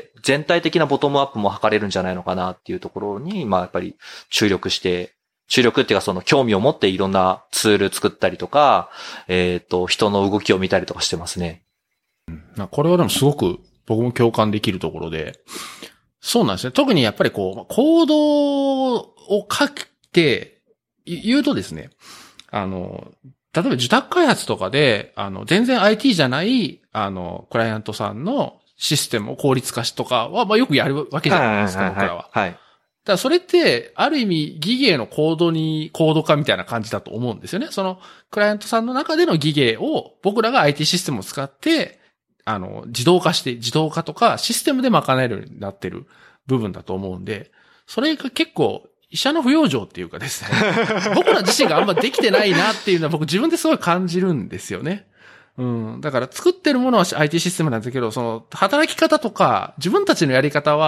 B: 全体的なボトムアップも図れるんじゃないのかなっていうところに、やっぱり注力っていうか興味を持っていろんなツール作ったりとか、人の動きを見たりとかしてますね。
A: これはでもすごく僕も共感できるところで、そうなんですね。特にやっぱりコードを書いて言うとですね、例えば受託開発とかで、全然 IT じゃない、クライアントさんのシステムを効率化しとかは、よくやるわけじゃないですか、僕らは。
B: はい。
A: だからそれって、ある意味、技芸のコード化みたいな感じだと思うんですよね。クライアントさんの中での技芸を、僕らが IT システムを使って、自動化とかシステムで賄えるようになってる部分だと思うんで、それが結構、医者の不養生っていうかですね、僕ら自身があんまできてないなっていうのは僕自分ですごい感じるんですよね。だから作ってるものは IT システムなんだけど、働き方とか、自分たちのやり方は、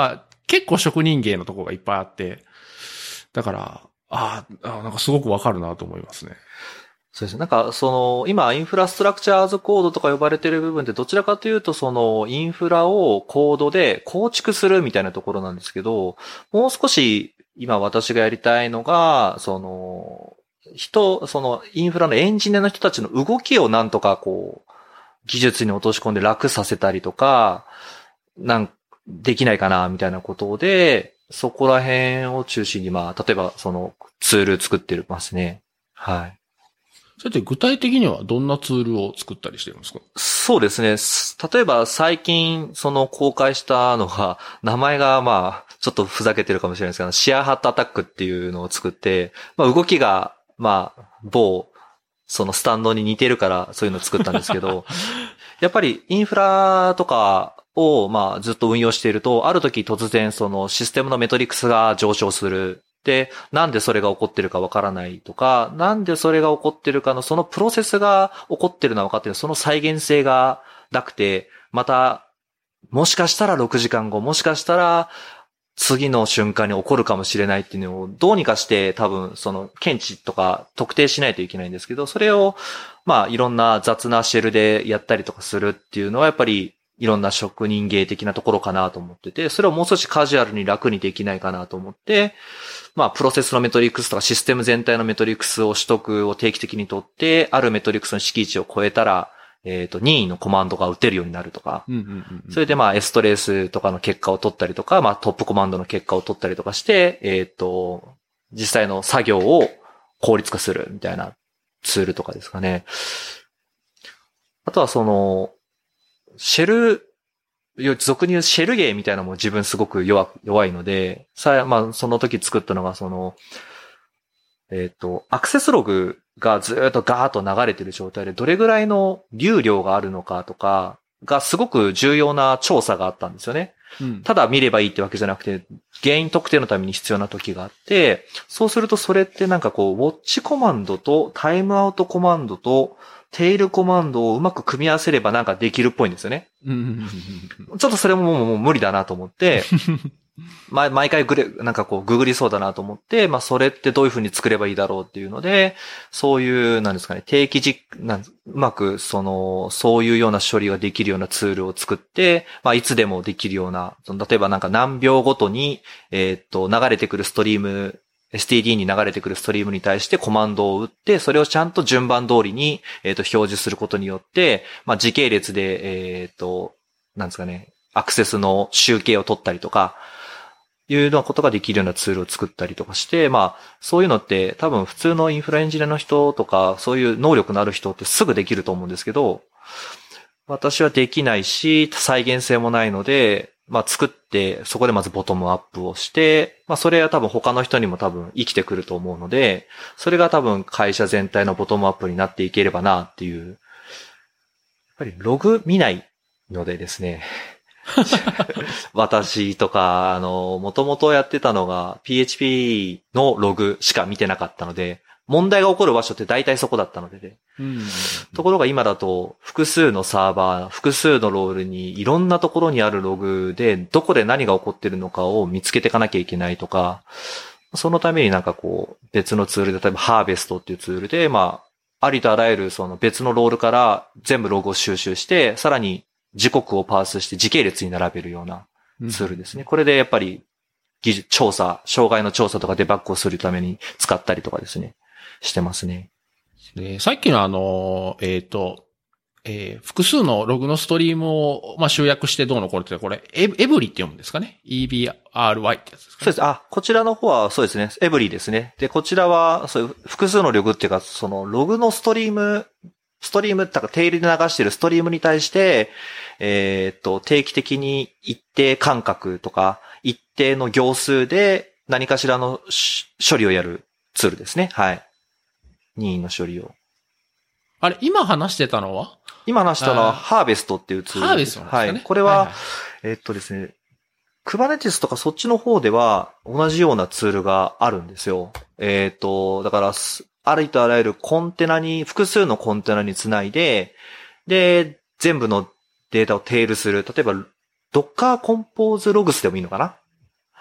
A: 結構職人芸のところがいっぱいあって、だから、なんかすごくわかるなと思いますね。
B: そうですね。なんか、今、インフラストラクチャーズコードとか呼ばれている部分ってどちらかというと、インフラをコードで構築するみたいなところなんですけど、もう少し、今私がやりたいのが、インフラのエンジニアの人たちの動きをなんとか技術に落とし込んで楽させたりとか、できないかな、みたいなことで、そこら辺を中心に、例えば、ツール作ってますね。はい。
A: それって具体的にはどんなツールを作ったりしてるんですか？
B: そうですね。例えば最近公開したのが、名前がちょっとふざけてるかもしれないですけど、シェアハットアタックっていうのを作って、動きが、某、スタンドに似てるからそういうのを作ったんですけど、やっぱりインフラとかをずっと運用していると、ある時突然システムのメトリクスが上昇する。で、なんでそれが起こってるかわからないとか、なんでそれが起こってるかのそのプロセスが起こってるのは分かってる、その再現性がなくて、また、もしかしたら6時間後、もしかしたら次の瞬間に起こるかもしれないっていうのをどうにかして多分検知とか特定しないといけないんですけど、それをいろんな雑なシェルでやったりとかするっていうのはやっぱりいろんな職人芸的なところかなと思ってて、それをもう少しカジュアルに楽にできないかなと思って、プロセスのメトリックスとかシステム全体のメトリックスを取得を定期的に取って、あるメトリックスの敷地を超えたら、任意のコマンドが打てるようになるとか、それでエストレースとかの結果を取ったりとか、トップコマンドの結果を取ったりとかして、実際の作業を効率化するみたいなツールとかですかね。あとはシェル、俗に言うシェルゲーみたいなのも自分すごく弱いので、その時作ったのがアクセスログがずっとガーッと流れてる状態でどれぐらいの流量があるのかとかがすごく重要な調査があったんですよね。ただ見ればいいってわけじゃなくて、原因特定のために必要な時があって、そうするとそれってウォッチコマンドとタイムアウトコマンドとテイルコマンドをうまく組み合わせればできるっぽいんですよね。ちょっとそれももう無理だなと思って、毎回ググりそうだなと思って、それってどういう風に作ればいいだろうっていうので、そういう、定期うまくそういうような処理ができるようなツールを作って、いつでもできるような、例えば何秒ごとに、流れてくるストリーム、STD に流れてくるストリームに対してコマンドを打って、それをちゃんと順番通りに、表示することによって、時系列で、アクセスの集計を取ったりとか、いうようなことができるようなツールを作ったりとかして、そういうのって多分普通のインフラエンジニアの人とか、そういう能力のある人ってすぐできると思うんですけど、私はできないし、再現性もないので、作って、そこでまずボトムアップをして、それは多分他の人にも多分生きてくると思うので、それが多分会社全体のボトムアップになっていければなっていう。やっぱりログ見ないのでですね。私とか、もともとやってたのが PHP のログしか見てなかったので、問題が起こる場所って大体そこだったので、ところが今だと複数のサーバー、複数のロールにいろんなところにあるログでどこで何が起こってるのかを見つけていかなきゃいけないとか、そのために別のツールで、例えばハーベストっていうツールで、ありとあらゆる別のロールから全部ログを収集して、さらに時刻をパースして時系列に並べるようなツールですね。これでやっぱり障害の調査とかデバッグをするために使ったりとかですね。してますね。
A: で、さっきの複数のログのストリームを、集約してどうのこれって、これ、エブリって読むんですかね？ EBRY ってやつですかね？
B: そうです。こちらの方はそうですね。エブリですね。で、こちらは、そういう複数のログっていうか、ログのストリームってか、テイルで流しているストリームに対して、定期的に一定間隔とか、一定の行数で何かしらの処理をやるツールですね。はい。任意の処理を。
A: あれ、今話してたのは
B: ハーベストっていうツール。
A: ハーベストなんですかね。
B: はい。これは、ですね、Kubernetes とかそっちの方では同じようなツールがあるんですよ。だから、ありとあらゆる複数のコンテナにつないで、で、全部のデータをテールする。例えば、Docker Compose Logs でもいいのかな？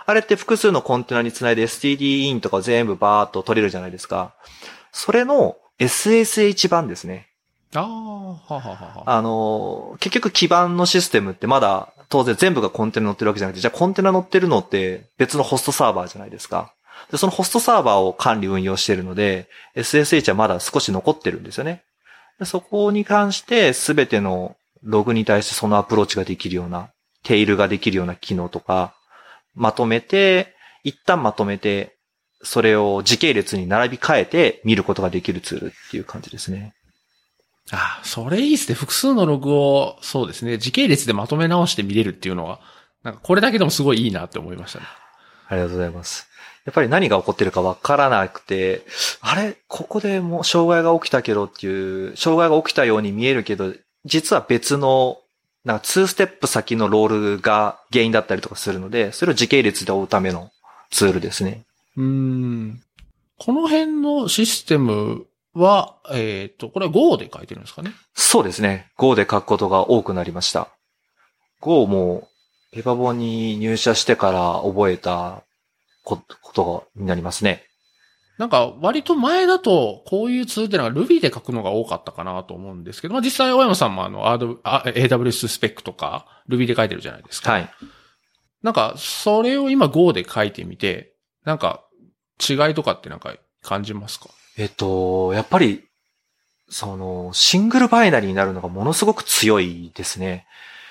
B: あれって複数のコンテナにつないで STD インとか全部バーっと取れるじゃないですか。それの SSH 版ですね。
A: ああ、ははは。
B: 結局基盤のシステムってまだ当然全部がコンテナ乗ってるわけじゃなくて、じゃあコンテナ乗ってるのって別のホストサーバーじゃないですか。で、そのホストサーバーを管理運用しているので、SSH はまだ少し残ってるんですよね。でそこに関して全てのログに対してそのアプローチができるような、テイルができるような機能とか、一旦まとめて、それを時系列に並び替えて見ることができるツールっていう感じですね。
A: ああ、それいいですね。複数のログを、そうですね、時系列でまとめ直して見れるっていうのは、なんかこれだけでもすごいいいなって思いましたね。
B: ありがとうございます。やっぱり何が起こってるかわからなくて、あれここでもう障害が起きたけどっていう、障害が起きたように見えるけど、実は別の、なんか2ステップ先のロールが原因だったりとかするので、それを時系列で追うためのツールですね。
A: この辺のシステムは、これは Go で書いてるんですかね？
B: そうですね。Go で書くことが多くなりました。Go も、ペパボに入社してから覚えたことになりますね。
A: なんか、割と前だと、こういうツールってのは Ruby で書くのが多かったかなと思うんですけど、まあ実際、大山さんもAWS スペックとか Ruby で書いてるじゃないですか。
B: はい。
A: なんか、それを今 Go で書いてみて、なんか、違いとかってなんか感じますか？
B: やっぱり、シングルバイナリーになるのがものすごく強いですね。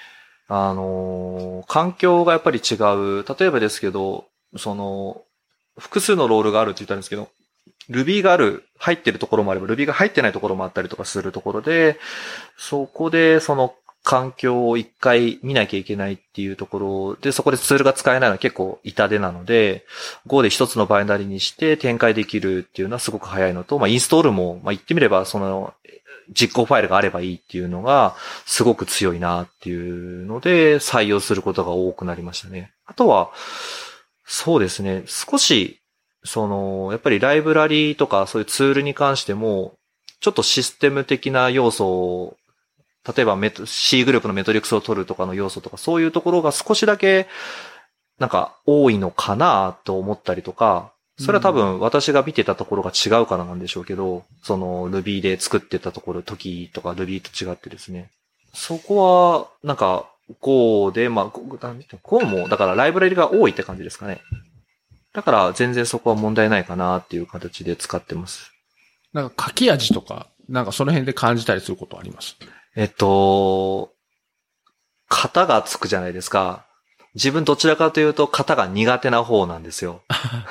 B: 環境がやっぱり違う。例えばですけど、複数のロールがあるって言ったんですけど、Ruby が入ってるところもあれば、Ruby が入ってないところもあったりとかするところで、そこでその環境を一回見なきゃいけないっていうところで、そこでツールが使えないのは結構痛手なので、Go で一つのバイナリにして展開できるっていうのはすごく早いのと、インストールも、言ってみれば実行ファイルがあればいいっていうのがすごく強いなっていうので採用することが多くなりましたね。あとは、そうですね。少し、やっぱりライブラリーとかそういうツールに関しても、ちょっとシステム的な要素を、例えばC グループのメトリックスを取るとかの要素とか、そういうところが少しだけ、なんか多いのかなと思ったりとか、それは多分私が見てたところが違うからなんでしょうけど、Ruby で作ってたところ、時とか Ruby と違ってですね。そこは、なんか、Go で、Go も、だからライブラリが多いって感じですかね。だから全然そこは問題ないかなっていう形で使ってます。
A: なんか書き味とか、なんかその辺で感じたりすることあります？
B: 型がつくじゃないですか。自分どちらかというと型が苦手な方なんですよ。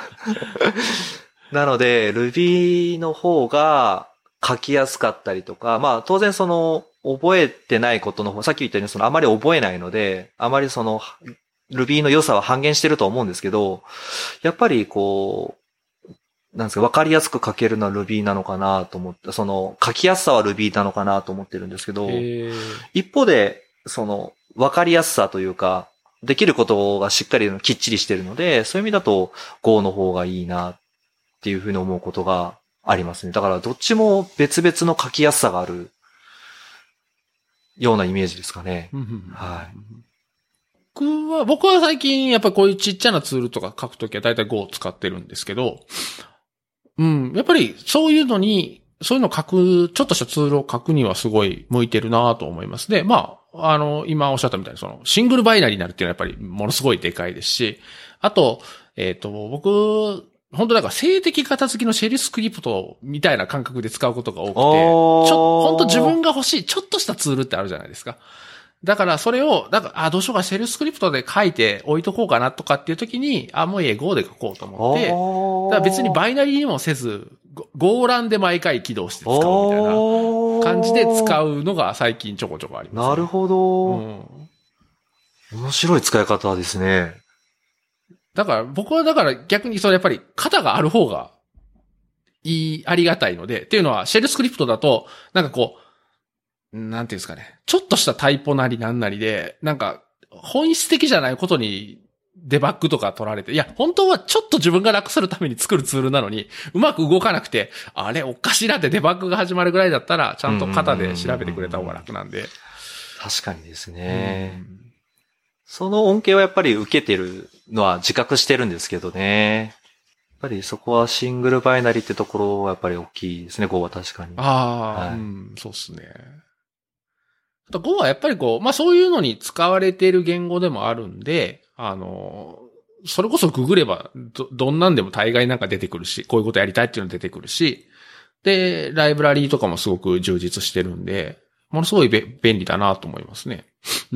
B: なので、Ruby の方が書きやすかったりとか、当然覚えてないことの方、さっき言ったようにあまり覚えないので、あまりRuby の良さは半減してると思うんですけど、やっぱりなんですか、わかりやすく書けるのは Ruby なのかなと思って、書きやすさは Ruby なのかなと思ってるんですけど、一方で、わかりやすさというか、できることがしっかりきっちりしてるので、そういう意味だと Go の方がいいなっていうふうに思うことがありますね。だからどっちも別々の書きやすさがあるようなイメージですかね。はい。
A: 僕は最近やっぱりこういうちっちゃなツールとか書くときはだいたい Go を使ってるんですけど、やっぱりそういうの書く、ちょっとしたツールを書くにはすごい向いてるなと思います。で、今おっしゃったみたいにシングルバイナリーになるっていうのはやっぱりものすごいでかいですし、あと、僕、本当だから静的片付きのシェルスクリプトみたいな感覚で使うことが多くて、本当自分が欲しいちょっとしたツールってあるじゃないですか。だからそれを、どうしようか、シェルスクリプトで書いて置いとこうかなとかっていう時に、もういい Go で書こうと思って、だから別にバイナリーにもせず、Go ランで毎回起動して使うみたいな感じで使うのが最近ちょこちょこあります、ね。
B: なるほど。面白い使い方ですね。
A: だから僕は逆にやっぱり型がある方がありがたいので、っていうのはシェルスクリプトだと、なんていうんですかね。ちょっとしたタイポなりなんなりで、本質的じゃないことにデバッグとか取られて、いや、本当はちょっと自分が楽するために作るツールなのに、うまく動かなくて、あれおかしいなってデバッグが始まるぐらいだったら、ちゃんと型で調べてくれた方が楽なんで。
B: 確かにですね。 その恩恵はやっぱり受けてるのは自覚してるんですけどね。やっぱりそこはシングルバイナリーってところはやっぱり大きいですね、Go は確かに。
A: ああ、
B: はい、
A: うん、そうっすね。あと Go はやっぱりまあそういうのに使われている言語でもあるんで、それこそググればどんなんでも大概なんか出てくるし、こういうことやりたいっていうの出てくるし、で、ライブラリーとかもすごく充実してるんで、ものすごい便利だなと思いますね。うん。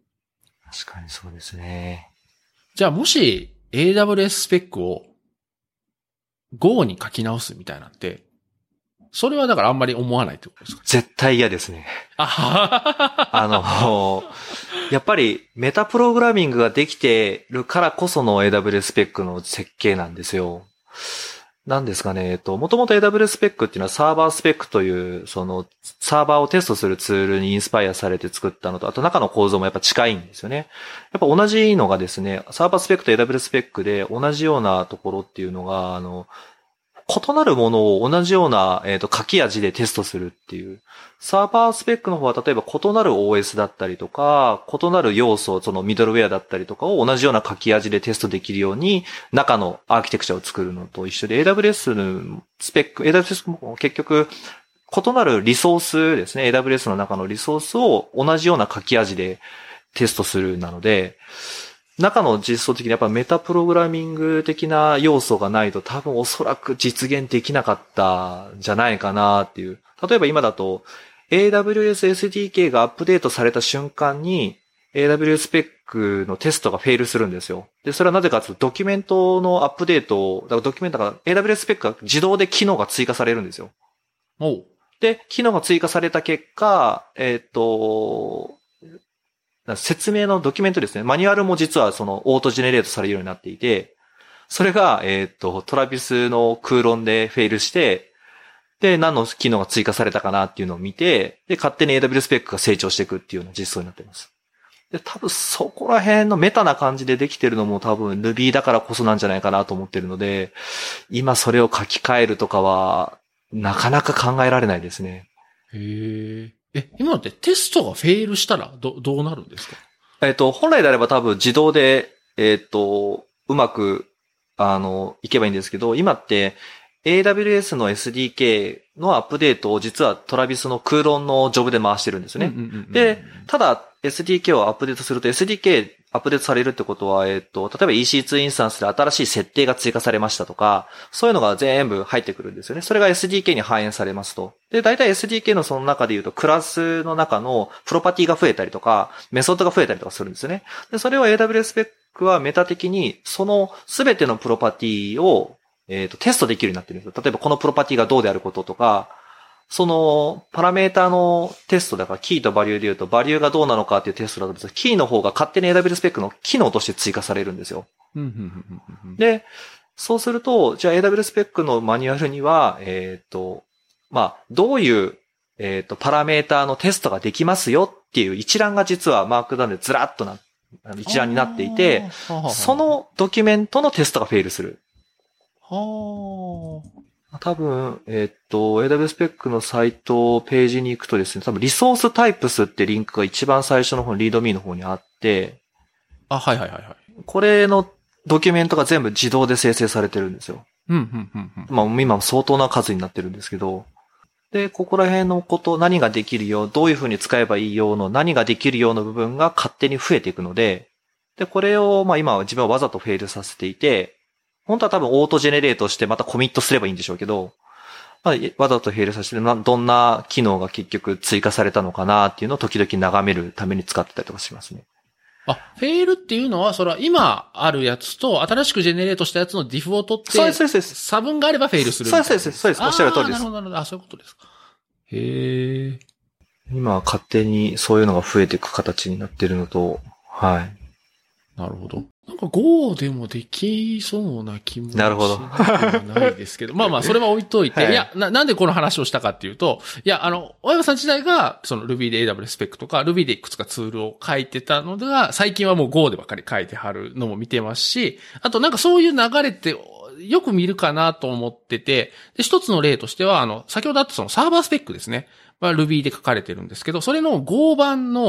B: 確かにそうですね。
A: じゃあもし AWS スペックを Go に書き直すみたいなんて、それはだからあんまり思わないってことですか？
B: 絶対嫌ですね。
A: あはは
B: やっぱりメタプログラミングができてるからこその AWS スペックの設計なんですよ。なんですかね、もともと AWS スペックっていうのはサーバースペックという、そのサーバーをテストするツールにインスパイアされて作ったのと、あと中の構造もやっぱ近いんですよね。やっぱ同じのがですね、サーバースペックと AWS スペックで同じようなところっていうのが、異なるものを同じような、書き味でテストするっていう。サーバースペックの方は例えば異なる OS だったりとか、異なる要素、そのミドルウェアだったりとかを同じような書き味でテストできるように、中のアーキテクチャを作るのと一緒で、AWS のスペック、AWS も結局、異なるリソースですね。AWS の中のリソースを同じような書き味でテストするなので、中の実装的にやっぱメタプログラミング的な要素がないと多分おそらく実現できなかったんじゃないかなっていう。例えば今だと AWS SDK がアップデートされた瞬間に AWS スペックのテストがフェイルするんですよ。で、それはなぜかというとドキュメントのアップデート、だからドキュメントが AWS スペックが自動で機能が追加されるんですよ。
A: おう。
B: で、機能が追加された結果、説明のドキュメントですね。マニュアルも実はそのオートジェネレートされるようになっていて、それが、トラビスの空論でフェイルして、で、何の機能が追加されたかなっていうのを見て、で、勝手に AWS スペックが成長していくっていうような実装になっています。で、多分そこら辺のメタな感じでできてるのも多分 Ruby だからこそなんじゃないかなと思ってるので、今それを書き換えるとかは、なかなか考えられないですね。
A: へえ。今ってテストがフェイルしたらどうなるんですか？
B: 本来であれば多分自動で、うまく、いけばいいんですけど、今って AWS の SDK のアップデートを実はトラビスの空論のジョブで回してるんですね。で、ただ SDK をアップデートすると SDK アップデートされるってことは、例えば EC2 インスタンスで新しい設定が追加されましたとか、そういうのが全部入ってくるんですよね。それが SDK に反映されますと。で、大体 SDK のその中で言うと、クラスの中のプロパティが増えたりとか、メソッドが増えたりとかするんですよね。で、それを AWS スペックはメタ的に、そのすべてのプロパティを、テストできるようになってるんですよ。例えばこのプロパティがどうであることとか、そのパラメータのテストだからキーとバリューで言うとバリューがどうなのかっていうテストだとキーの方が勝手に AWS スペックの機能として追加されるんですよ。で、そうすると、じゃあ AWS スペックのマニュアルには、どういう、パラメータのテストができますよっていう一覧が実はマークダウンでずらっと一覧になっていて、そのドキュメントのテストがフェイルする。多分、AWS スペックのサイトページに行くとですね、多分リソースタイプスってリンクが一番最初の方にリードミーの方にあって、
A: はい。
B: これのドキュメントが全部自動で生成されてるんですよ。まあ今相当な数になってるんですけど、で、ここら辺のこと、何ができるよ、どういう風に使えばいいよの、何ができるような部分が勝手に増えていくので、で、これを、まあ今は自分はわざとフェイルさせていて、本当は多分オートジェネレートしてまたコミットすればいいんでしょうけど、まあ、わざとフェイルさせて、どんな機能が結局追加されたのかなっていうのを時々眺めるために使ってたりとかしますね。
A: フェイルっていうのは、それは今あるやつと新しくジェネレートしたやつのディフを取って、
B: そうです。
A: 差分があればフェイルする。
B: そうです。おっしゃる通りです。
A: なるほど。そういうことですか。へえ。
B: 今は勝手にそういうのが増えていく形になってるのと、はい。
A: なるほど。なんか Go でもできそうな気もし
B: なるほど。
A: ないですけど。まあ、それは置いといて。はい、いや、なんでこの話をしたかっていうと、いや、大山さん自体が、その Ruby で AWS スペックとか、Ruby でいくつかツールを書いてたのが、最近はもう Go でばっかり書いてはるのも見てますし、あとなんかそういう流れって、よく見るかなと思ってて、で、一つの例としては、先ほどあったそのサーバースペックですね。Ruby で書かれてるんですけど、それの Go 版の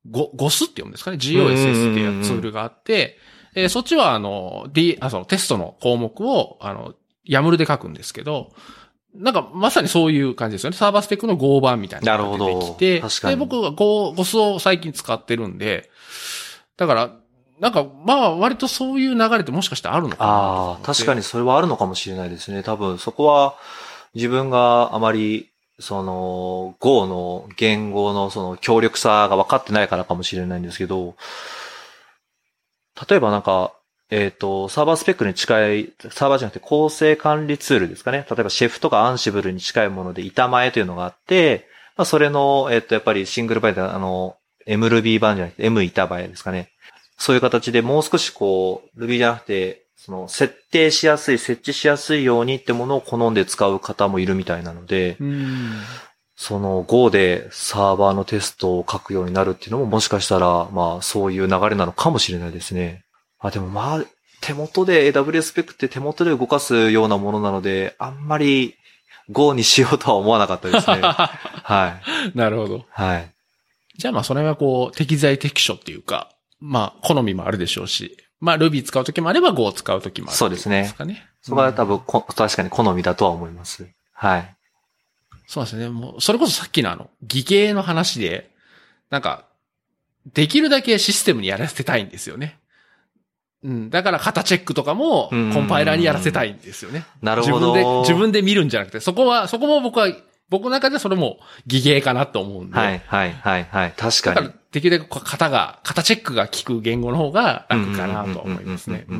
A: GOS って読むんですかね。GOSS っていうツールがあって、そっちはそのテストの項目を、YAML で書くんですけど、なんかまさにそういう感じですよね。サーバースペックの Go 版みたいなのが出てきて、
B: 確かに。
A: で、僕はGOS を最近使ってるんで、だから、なんか、まあ、割とそういう流れってもしかしてあるのかなと思って。
B: 確かにそれはあるのかもしれないですね。多分そこは自分があまり、Go の言語のその強力さが分かってないからかもしれないんですけど、例えばなんか、サーバースペックに近い、サーバーじゃなくて構成管理ツールですかね。例えばシェフとかアンシブルに近いもので板前というのがあって、まあそれの、やっぱりシングルバイト、MRuby 版じゃなくて M 板前ですかね。そういう形でもう少しこう、Ruby じゃなくて、設定しやすい、設置しやすいようにってものを好んで使う方もいるみたいなので、Go でサーバーのテストを書くようになるっていうのももしかしたら、まあそういう流れなのかもしれないですね。でもまあ、手元で AWS スペックって手元で動かすようなものなので、あんまり Go にしようとは思わなかったですね。はい。
A: なるほど。
B: はい。
A: じゃあまあそれはこう、適材適所っていうか、まあ好みもあるでしょうし、まあ Ruby 使うときもあれば Go を使うときもある、
B: そうですね。
A: ですかね。
B: そこは多分確かに好みだとは思います。はい。
A: そうですね。もう、それこそさっきの偽計の話で、なんか、できるだけシステムにやらせたいんですよね。うん。だから型チェックとかもコンパイラーにやらせたいんですよね。
B: なるほど。
A: 自分で見るんじゃなくて、そこも僕の中でそれも偽計かなと思うんで。
B: はい。確かに。
A: だからできるだけ型チェックが効く言語の方が楽かなと思いますね。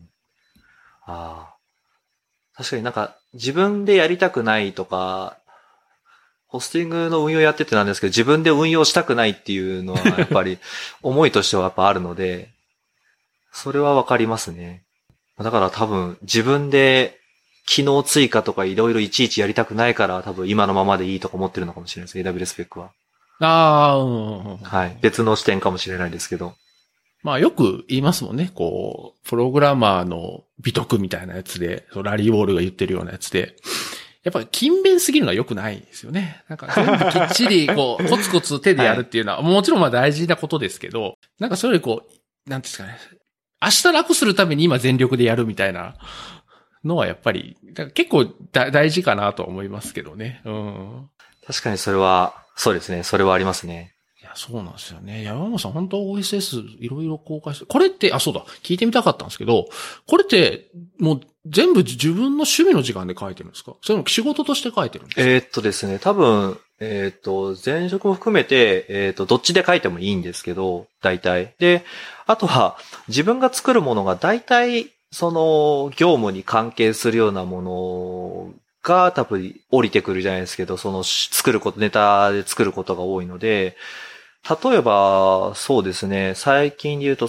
B: 確かになんか自分でやりたくないとか、ホスティングの運用やっててなんですけど、自分で運用したくないっていうのはやっぱり思いとしてはやっぱあるので、それはわかりますね。だから多分自分で機能追加とかいろいろいちいちやりたくないから多分今のままでいいとか思ってるのかもしれないです。AWS スペックは。はい。別の視点かもしれないですけど。
A: まあよく言いますもんね。こう、プログラマーの美徳みたいなやつで、ラリー・ウォールが言ってるようなやつで、やっぱり勤勉すぎるのは良くないですよね。なんか全部きっちりこう、コツコツ手でやるっていうのは、もちろんまあ大事なことですけど、なんかそれよりこう、なんていうんですかね。明日楽するために今全力でやるみたいなのはやっぱり、結構大事かなと思いますけどね。
B: 確かにそれは、そうですね。それはありますね。
A: いや、そうなんですよね。山本さん、本当 OSS いろいろ公開して、これって、そうだ、聞いてみたかったんですけど、これって、もう全部自分の趣味の時間で書いてるんですか？それも仕事として書いてるんですか？
B: ですね、多分、前職も含めて、どっちで書いてもいいんですけど、大体。で、あとは、自分が作るものが大体、業務に関係するようなものが多分降りてくるじゃないですけど、ネタで作ることが多いので、例えば、そうですね、最近で言うと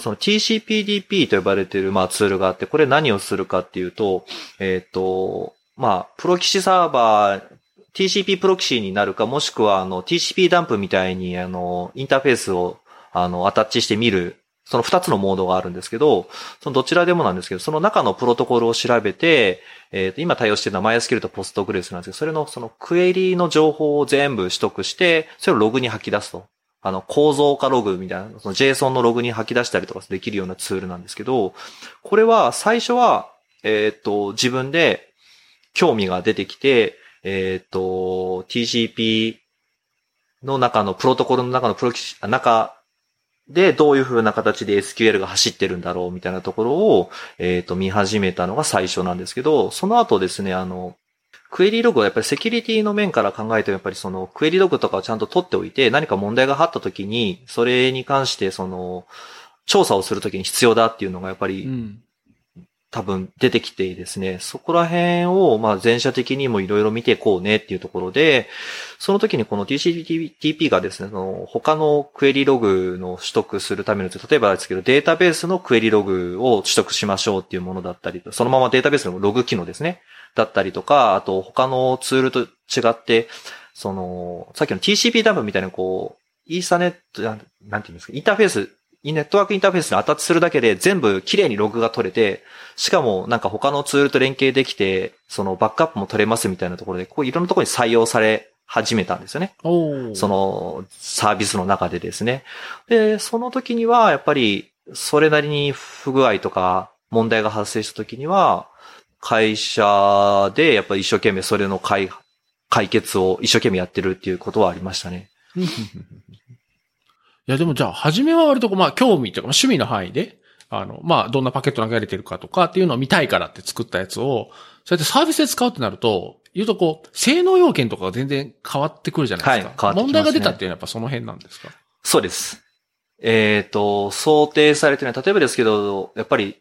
B: TCPDP と呼ばれているツールがあって、これ何をするかっていうと、プロキシサーバー、TCP プロキシになるか、もしくはTCP ダンプみたいにインターフェースをアタッチして見る、その2つのモードがあるんですけど、そのどちらでもなんですけど、その中のプロトコルを調べて、今対応しているのは MySQL と Postgres なんですけど、それのクエリの情報を全部取得して、それをログに吐き出すと。構造化ログみたいな、JSON のログに吐き出したりとかできるようなツールなんですけど、これは最初は、自分で興味が出てきて、TCP の中のプロトコルの中の中でどういう風な形で SQL が走ってるんだろうみたいなところを、見始めたのが最初なんですけど、その後ですね、クエリログはやっぱりセキュリティの面から考えてもやっぱりクエリログとかをちゃんと取っておいて何か問題があった時にそれに関して調査をするときに必要だっていうのがやっぱり、多分出てきてですね、そこら辺を全社的にもいろいろ見ていこうねっていうところで、その時にこの TCP がですね、他のクエリログの取得するための、例えばですけどデータベースのクエリログを取得しましょうっていうものだったり、そのままデータベースのログ機能ですね。だったりとか、あと他のツールと違って、さっきの TCP ダンプみたいなイーサネット、なんていうんですか、インターフェース、ネットワークインターフェースにアタッチするだけで全部綺麗にログが取れて、しかも他のツールと連携できて、バックアップも取れますみたいなところで、いろんなところに採用され始めたんですよね。
A: おー。
B: そのサービスの中でですね。で、その時にはやっぱりそれなりに不具合とか問題が発生した時には、会社でやっぱり一生懸命それの解決を一生懸命やってるっていうことはありましたね。
A: いや、でもじゃあ、初めは割と興味というか、趣味の範囲で、どんなパケット投げられてるかとかっていうのを見たいからって作ったやつを、そうやってサービスで使うってなると、性能要件とかが全然変わってくるじゃないですか。
B: はい、変わってきますね。
A: 問題が出たっていうのはやっぱその辺なんですか？
B: そうです。想定されてない。例えばですけど、やっぱり、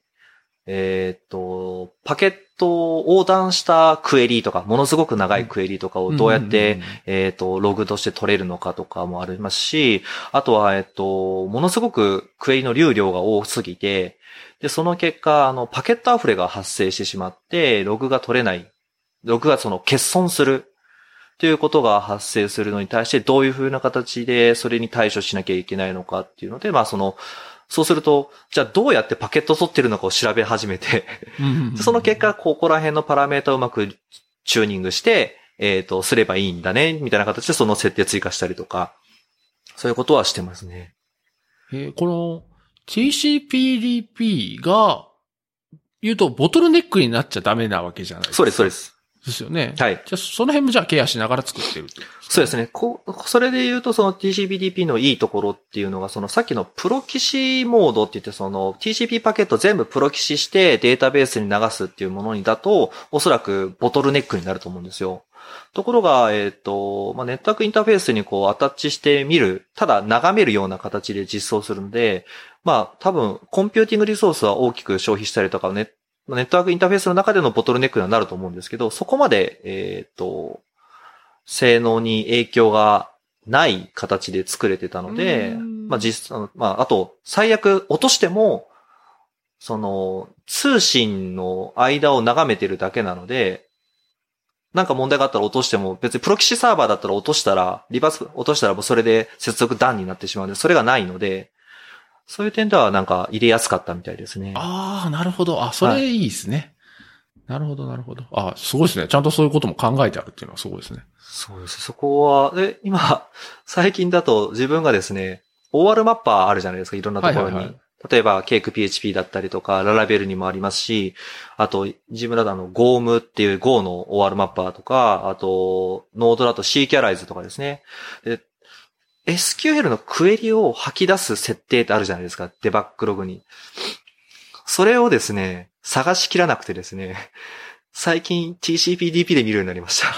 B: パケットを横断したクエリとか、ものすごく長いクエリとかをどうやって、ログとして取れるのかとかもありますし、あとは、ものすごくクエリの流量が多すぎて、で、その結果、パケット溢れが発生してしまって、ログが取れない。ログが欠損する。ということが発生するのに対して、どういうふうな形でそれに対処しなきゃいけないのかっていうので、そうすると、じゃあどうやってパケット取ってるのかを調べ始めてその結果、ここら辺のパラメータをうまくチューニングして、すればいいんだね、みたいな形でその設定追加したりとか、そういうことはしてますね。
A: この TCP/DP が言うとボトルネックになっちゃダメなわけじゃないですか。
B: そうです、そうです。
A: ですよね。
B: はい。
A: じゃあその辺もじゃあケアしながら作ってるっていう、
B: そうですね。それで言うとその TCP/DP のいいところっていうのがさっきのプロキシモードって言ってTCP パケット全部プロキシしてデータベースに流すっていうものにだとおそらくボトルネックになると思うんですよ。ところが、ネットワークインターフェースにアタッチしてみる、ただ眺めるような形で実装するので、多分コンピューティングリソースは大きく消費したりとかネットワークインターフェースの中でのボトルネックにはなると思うんですけど、そこまで、性能に影響がない形で作れてたので、あと、最悪落としても、通信の間を眺めてるだけなので、なんか問題があったら落としても、別にプロキシサーバーだったらリバース落としたらもうそれで接続ダウンになってしまうので、それがないので、そういう点ではなんか入れやすかったみたいですね。
A: ああ、なるほど。それいいですね。はい、なるほど、なるほど。すごいですね。ちゃんとそういうことも考えてあるっていうのはすごいですね。
B: そうです。そこは、今、最近だと自分がですね、OR マッパーあるじゃないですか、いろんなところに。はいはいはい、例えば、CakePHP だったりとか、ララベルにもありますし、あと、自分だとGOM っていう Go の OR マッパーとか、あと、ノードだと Ccalyze とかですね。で、SQL のクエリを吐き出す設定ってあるじゃないですか、デバッグログに。それをですね、探しきらなくてですね、最近 TCP/DP で見るようになりました。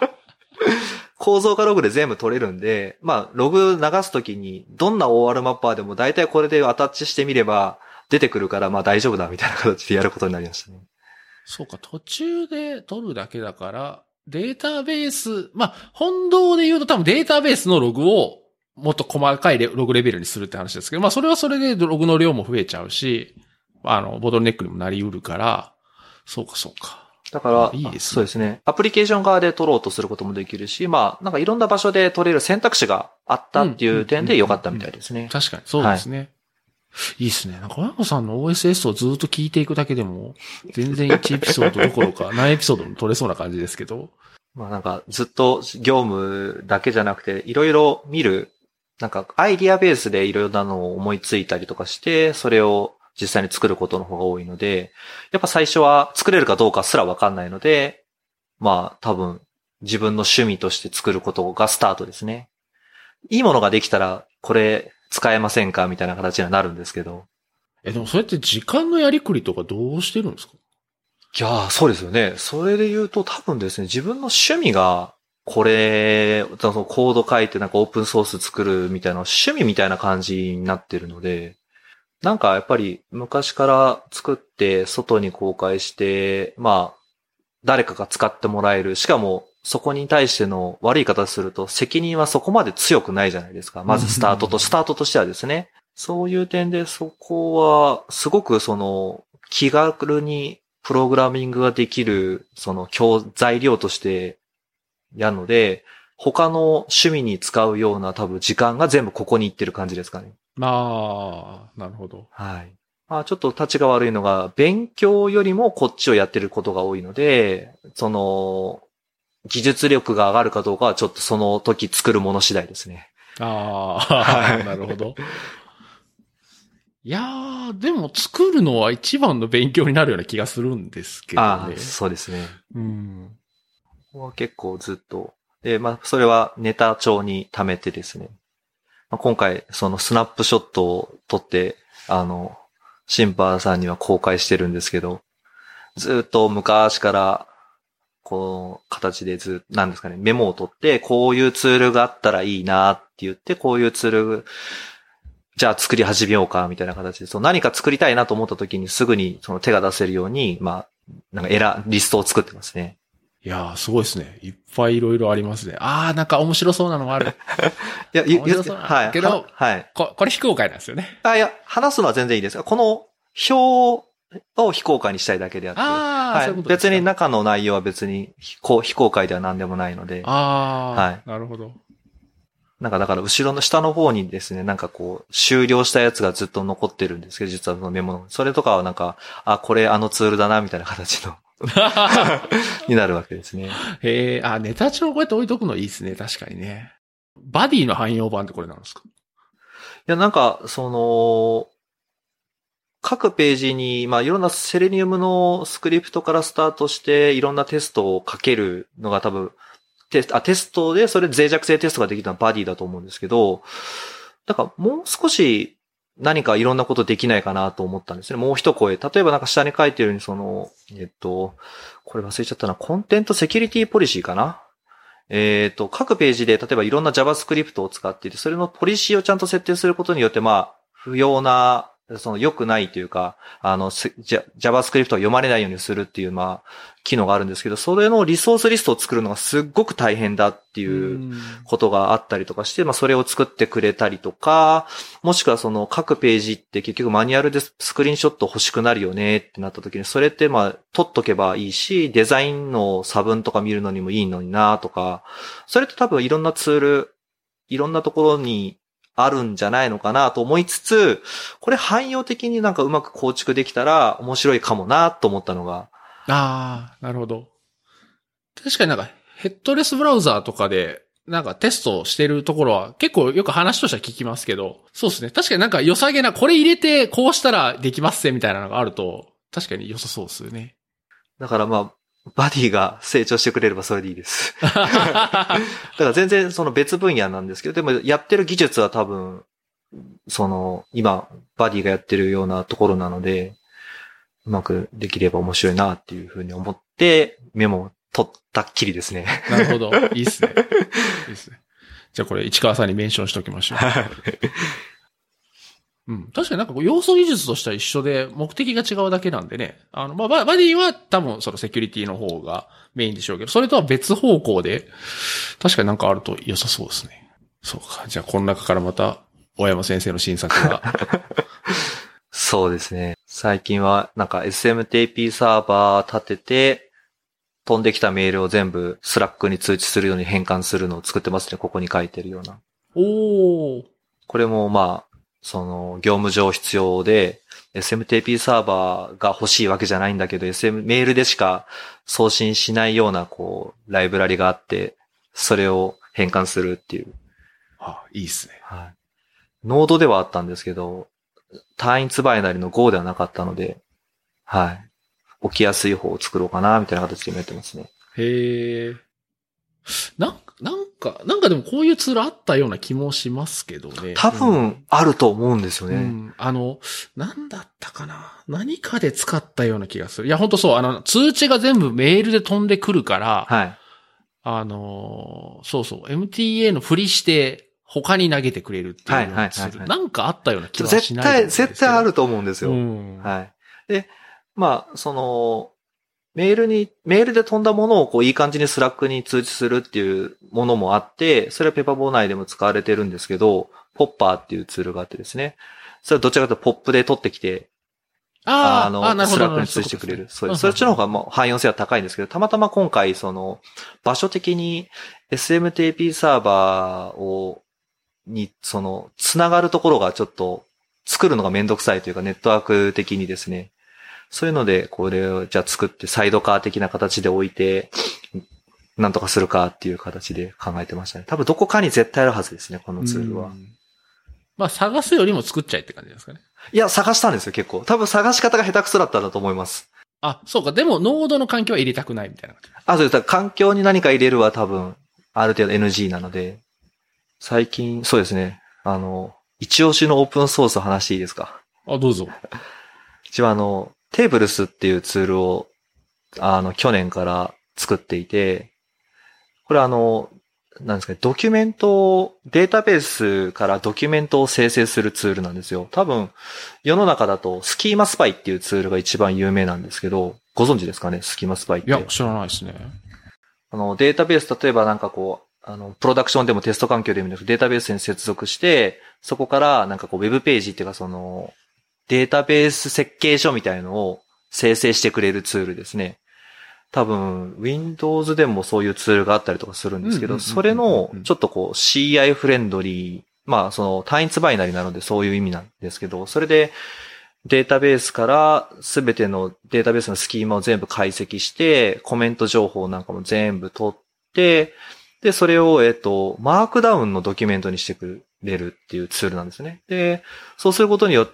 B: 構造化ログで全部取れるんで、ログ流すときに、どんな OR マッパーでも大体これでアタッチしてみれば出てくるから、大丈夫だみたいな形でやることになりましたね。
A: そうか、途中で取るだけだから、データベース、本堂で言うと多分データベースのログをもっと細かいログレベルにするって話ですけど、それはそれでログの量も増えちゃうし、ボトルネックにもなり得るから、そうか、そうか。
B: だから、
A: いいですね。
B: そうですね。アプリケーション側で取ろうとすることもできるし、なんかいろんな場所で取れる選択肢があったっていう点で良かったみたいですね。
A: 確かに、そうですね。はい、いいですね。なんか、親子さんの OSS をずっと聞いていくだけでも、全然1エピソードどころか何エピソードも取れそうな感じですけど。
B: なんか、ずっと業務だけじゃなくて、いろいろ見る、なんか、アイディアベースでいろいろなのを思いついたりとかして、それを実際に作ることの方が多いので、やっぱ最初は作れるかどうかすらわかんないので、多分自分の趣味として作ることがスタートですね。いいものができたらこれ使えませんかみたいな形にはなるんですけど。
A: でもそれって時間のやりくりとかどうしてるんですか？
B: いや、そうですよね。それで言うと多分ですね、自分の趣味がこれ、コード書いてなんかオープンソース作るみたいな趣味みたいな感じになってるので、なんかやっぱり昔から作って外に公開して、誰かが使ってもらえる。しかもそこに対しての悪い形すると責任はそこまで強くないじゃないですか。まずスタートとしてはですね。そういう点でそこはすごく気軽にプログラミングができる材料としてやるので、他の趣味に使うような多分時間が全部ここに行ってる感じですかね。
A: なるほど。
B: はい。ちょっと立ちが悪いのが、勉強よりもこっちをやってることが多いので、 技術力が上がるかどうかはちょっとその時作るもの次第ですね。
A: ああ、なるほど。いやー、でも作るのは一番の勉強になるような気がするんですけどね。
B: ああ、そうですね。
A: うん。
B: ここは結構ずっと。で、まあ、それはネタ帳に貯めてですね。まあ、今回、そのスナップショットを撮って、シンパーさんには公開してるんですけど、ずっと昔から、この形でなんですかね、メモを取って、こういうツールがあったらいいなって言って、こういうツール、じゃあ作り始めようか、みたいな形で、何か作りたいなと思った時にすぐにその手が出せるように、まあ、なんかリストを作ってますね。
A: いやー、すごいですね。いっぱいいろいろありますね。あー、なんか面白そうなのもある。
B: いや、
A: 面白そうな
B: はい。
A: けど、
B: はい。
A: これ非公開なんですよね。
B: いや、話すのは全然いいです。この表を非公開にしたいだけであって。はい。
A: そういうことですか。
B: 別に中の内容は別に非公開では何でもないので。はい。
A: なるほど。
B: なんかだから後ろの下の方にですね、なんかこう、終了したやつがずっと残ってるんですけど、実はそのメモの。それとかはなんか、これツールだな、みたいな形のになるわけですね。
A: へえ、ネタ帳こうやって置いとくのいいですね。確かにね。バディの汎用版ってこれなんですか？
B: いや、なんか、各ページに、まあ、いろんなセレニウムのスクリプトからスタートして、いろんなテストをかけるのが多分、テストで、それ脆弱性テストができたのはバディだと思うんですけど、だからもう少し何かいろんなことできないかなと思ったんですね。もう一声。例えばなんか下に書いてるようにこれ忘れちゃったな。コンテンツセキュリティポリシーかな。各ページで例えばいろんな JavaScript を使っていて、それのポリシーをちゃんと設定することによって、まあ、不要な、良くないというか、JavaScript を読まれないようにするっていう、まあ、機能があるんですけど、それのリソースリストを作るのがすっごく大変だっていうことがあったりとかして、まあ、それを作ってくれたりとか、もしくは各ページって結局マニュアルでスクリーンショット欲しくなるよねってなった時に、それってまあ、取っとけばいいし、デザインの差分とか見るのにもいいのになとか、それって多分いろんなツール、いろんなところにあるんじゃないのかなと思いつつ、これ汎用的になんかうまく構築できたら面白いかもなと思ったのが。
A: なるほど。確かになんかヘッドレスブラウザーとかでなんかテストしてるところは結構よく話としては聞きますけど、そうですね。確かになんか良さげな、これ入れてこうしたらできますぜみたいなのがあると、確かに良さそうですよね。
B: だからまあ、バディが成長してくれればそれでいいです。だから全然別分野なんですけど、でもやってる技術は多分、今、バディがやってるようなところなので、うまくできれば面白いなっていうふうに思って、メモを取ったっきりですね。
A: なるほど。いいっすね。いいっすね。じゃあこれ市川さんにメンションしときましょう。うん。確かになんか要素技術としては一緒で目的が違うだけなんでね。まあ、バディは多分そのセキュリティの方がメインでしょうけど、それとは別方向で、確かになんかあると良さそうですね。そうか。じゃあこの中からまた、大山先生の新作が。
B: そうですね。最近はなんか SMTP サーバー立てて、飛んできたメールを全部スラックに通知するように変換するのを作ってますね。ここに書いてるような。
A: おー。
B: これもまあ、業務上必要で、SMTP サーバーが欲しいわけじゃないんだけど、メールでしか送信しないような、ライブラリがあって、それを変換するっていう。
A: いいっすね。
B: はい。ノードではあったんですけど、単一バイナリの Go ではなかったので、はい。起きやすい方を作ろうかな、みたいな形でやってますね。
A: へー。なんかでもこういうツールあったような気もしますけどね。
B: 多分あると思うんですよね。
A: なんだったかな。何かで使ったような気がする。いや、ほんとそう、通知が全部メールで飛んでくるから、
B: はい。
A: そうそう、MTA のふりして他に投げてくれるっていうようなツール。なんかあったような気はしない
B: 絶対あると思うんですよ。はい。で、まあ、メールで飛んだものをいい感じにスラックに通知するっていうものもあって、それはペーパーボー内でも使われてるんですけど、ポッパーっていうツールがあってですね。それはどちらかというとポップで取ってきて、スラックに通知してくれる。そっちの方がもう汎用性は高いんですけど、たまたま今回場所的に SMTP サーバーにつながるところがちょっと作るのがめんどくさいというかネットワーク的にですね。そういうので、これをじゃあ作ってサイドカー的な形で置いて、 なんとかするかっていう形で考えてましたね。多分どこかに絶対あるはずですね、このツールは。
A: まあ探すよりも作っちゃえって感じですかね。
B: いや、探したんですよ、結構。多分探し方が下手くそだったんだと思います。
A: あ、そうか。でも、ノードの環境は入れたくないみたいな感じ。
B: そうです。環境に何か入れるは多分、ある程度 NG なので、最近、そうですね。一押しのオープンソースを話していいですか？
A: あ、どうぞ。
B: 一応テーブルスっていうツールを、去年から作っていて、これなんですかね、ドキュメントを、データベースからドキュメントを生成するツールなんですよ。多分、世の中だとスキーマスパイっていうツールが一番有名なんですけど、ご存知ですかね、スキーマスパイって。
A: いや、知らないですね。
B: データベース、例えばなんかこう、プロダクションでもテスト環境でもデータベースに接続して、そこからなんかこう、ウェブページっていうかデータベース設計書みたいのを生成してくれるツールですね。多分、Windows でもそういうツールがあったりとかするんですけど、それの、ちょっとこう、CI フレンドリー、まあ、単一バイナリーなのでそういう意味なんですけど、それで、データベースからすべてのデータベースのスキーマを全部解析して、コメント情報なんかも全部取って、で、それを、マークダウンのドキュメントにしてくれるっていうツールなんですね。で、そうすることによって、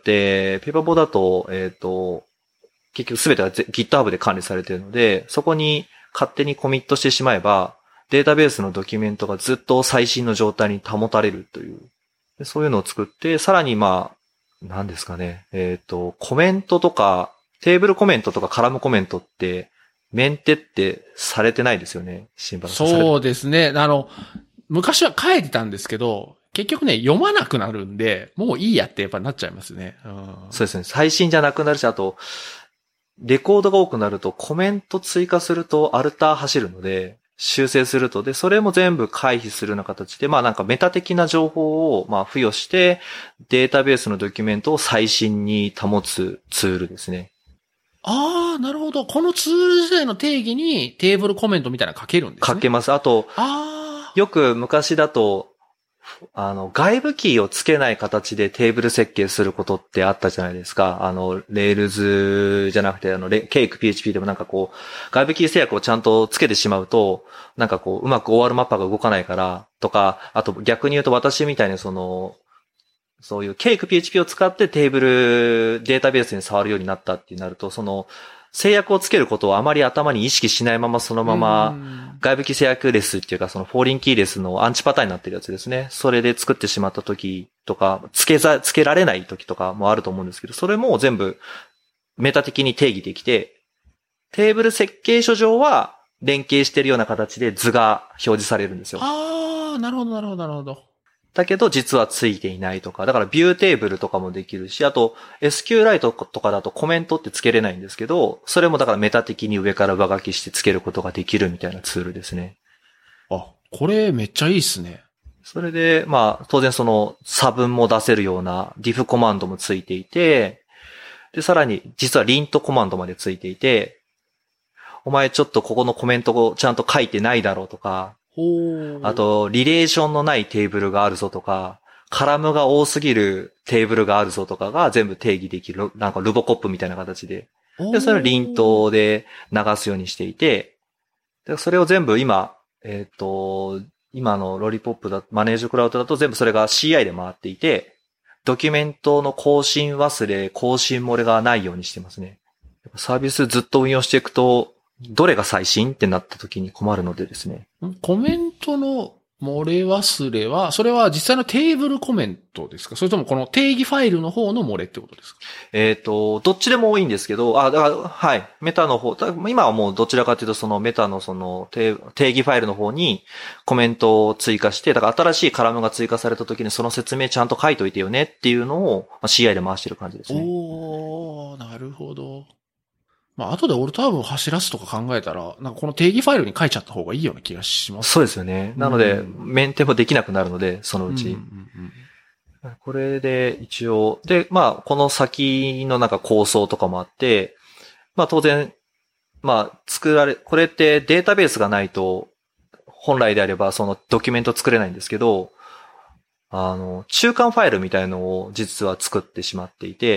B: ペーパーボだと、結局すべては GitHub で管理されているので、そこに勝手にコミットしてしまえば、データベースのドキュメントがずっと最新の状態に保たれるという。そういうのを作って、さらにまあ、何ですかね。コメントとか、テーブルコメントとかカラムコメントって、メンテってされてないですよね、新橋さん。
A: そうですね。昔は書いてたんですけど、結局ね、読まなくなるんで、もういいやってやっぱなっちゃいますね。
B: そうですね。最新じゃなくなるし、あと、レコードが多くなるとコメント追加するとアルター走るので、修正すると、で、それも全部回避するような形で、まあなんかメタ的な情報をまあ付与して、データベースのドキュメントを最新に保つツールですね。
A: ああ、なるほど。このツール自体の定義にテーブルコメントみたいなの書けるんですね。
B: 書けます。あと、よく昔だと、外部キーをつけない形でテーブル設計することってあったじゃないですか。レールズじゃなくて、ケイク PHP でもなんかこう、外部キー制約をちゃんとつけてしまうと、なんかこう、うまく OR マッパーが動かないから、とか、あと逆に言うと私みたいにそういうケイク PHP を使ってテーブル、データベースに触るようになったってなると、制約をつけることをあまり頭に意識しないままそのまま外部キー制約レスっていうかフォーリンキーレスのアンチパターンになってるやつですね。それで作ってしまった時とか、つけられない時とかもあると思うんですけど、それも全部メタ的に定義できて、テーブル設計書上は連携しているような形で図が表示されるんですよ。
A: ああ、なるほど、なるほど、なるほど。
B: だけど実はついていないとか、だからビューテーブルとかもできるし、あと SQLite とかだとコメントってつけれないんですけど、それもだからメタ的に上から上書きしてつけることができるみたいなツールですね。
A: あ、これめっちゃいいっすね。
B: それで、まあ当然差分も出せるような diff コマンドもついていて、で、さらに実は lint コマンドまでついていて、お前ちょっとここのコメントをちゃんと書いてないだろうとか、あと、リレーションのないテーブルがあるぞとか、カラムが多すぎるテーブルがあるぞとかが全部定義できる、なんかルボコップみたいな形で。で、それをリントで流すようにしていて、でそれを全部今のロリポップマネージクラウドだと全部それが CI で回っていて、ドキュメントの更新忘れ、更新漏れがないようにしてますね。サービスずっと運用していくと、どれが最新ってなった時に困るのでですね。
A: コメントの漏れ忘れは、それは実際のテーブルコメントですか？それともこの定義ファイルの方の漏れってことですか？
B: どっちでも多いんですけど、だから、はい、メタの方、今はもうどちらかというとメタの定義ファイルの方にコメントを追加して、だから新しいカラムが追加された時にその説明ちゃんと書いといてよねっていうのを CI で回してる感じですね。
A: おー、なるほど。まあ、後でオルターブを走らすとか考えたら、なんかこの定義ファイルに書いちゃった方がいいような気がします。
B: そうですよね。なので、メンテもできなくなるので、そのうち。これで一応、で、まあ、この先のなんか構想とかもあって、まあ当然、まあこれってデータベースがないと、本来であればそのドキュメント作れないんですけど、中間ファイルみたいのを実は作ってしまっていて、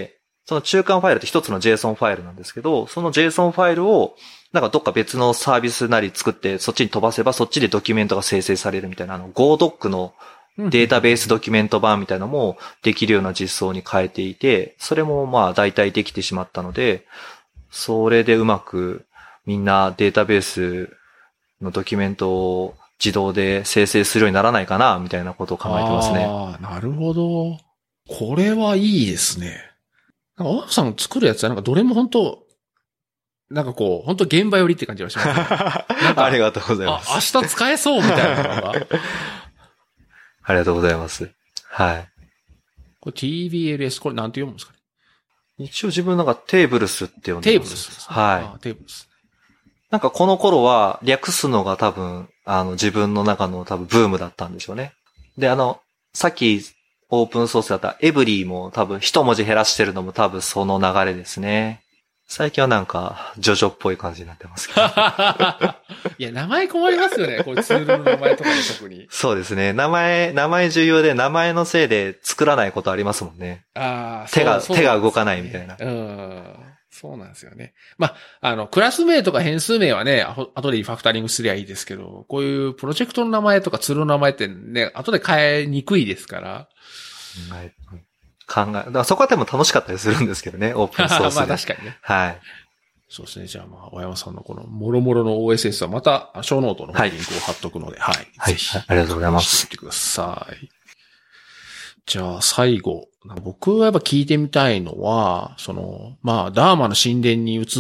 B: その中間ファイルって一つの JSON ファイルなんですけど、その JSON ファイルをなんかどっか別のサービスなり作ってそっちに飛ばせばそっちでドキュメントが生成されるみたいなGoDoc のデータベースドキュメント版みたいなのもできるような実装に変えていて、それもまあ大体できてしまったので、それでうまくみんなデータベースのドキュメントを自動で生成するようにならないかなみたいなことを考えてますね。
A: ああ、なるほど。これはいいですね。なんか、大野さん作るやつはなんかどれも本当なんかこう、本当現場寄りって感じがしますね。なんか
B: ありがとうございます。
A: 明日使えそうみたいなのが。
B: ありがとうございます。はい。
A: これ TBLS、これなんて読むんですかね。
B: 一応自分なんかテーブルスって呼んでます。
A: テーブルスですね。
B: はい。
A: テーブルス。
B: なんかこの頃は略すのが多分、自分の中の多分ブームだったんでしょうね。で、さっきオープンソースだったエブリーも多分一文字減らしてるのも多分その流れですね。最近はなんか、ジョジョっぽい感じになってますけど。
A: いや、名前困りますよね。これツールの名前とかで特に。
B: そうですね。名前重要で、名前のせいで作らないことありますもんね。
A: ああ、
B: 手が動かないみたいな。
A: そうなんですよね。まあ、クラス名とか変数名はね、後でリファクタリングすりゃいいですけど、こういうプロジェクトの名前とかツールの名前ってね、後で変えにくいですから。
B: だからそこはでも楽しかったりするんですけどね、オープンソースで。
A: まあ確かにね。
B: はい。
A: そうですね。じゃあまあ、小山さんのこの、もろもろの OSS はまた、小ノートのリンクを貼っとくので、はい。
B: はい。ぜひ。ありがとうございます。
A: 見てください。じゃあ最後、僕がやっぱ聞いてみたいのは、まあ、ダーマの神殿に移って、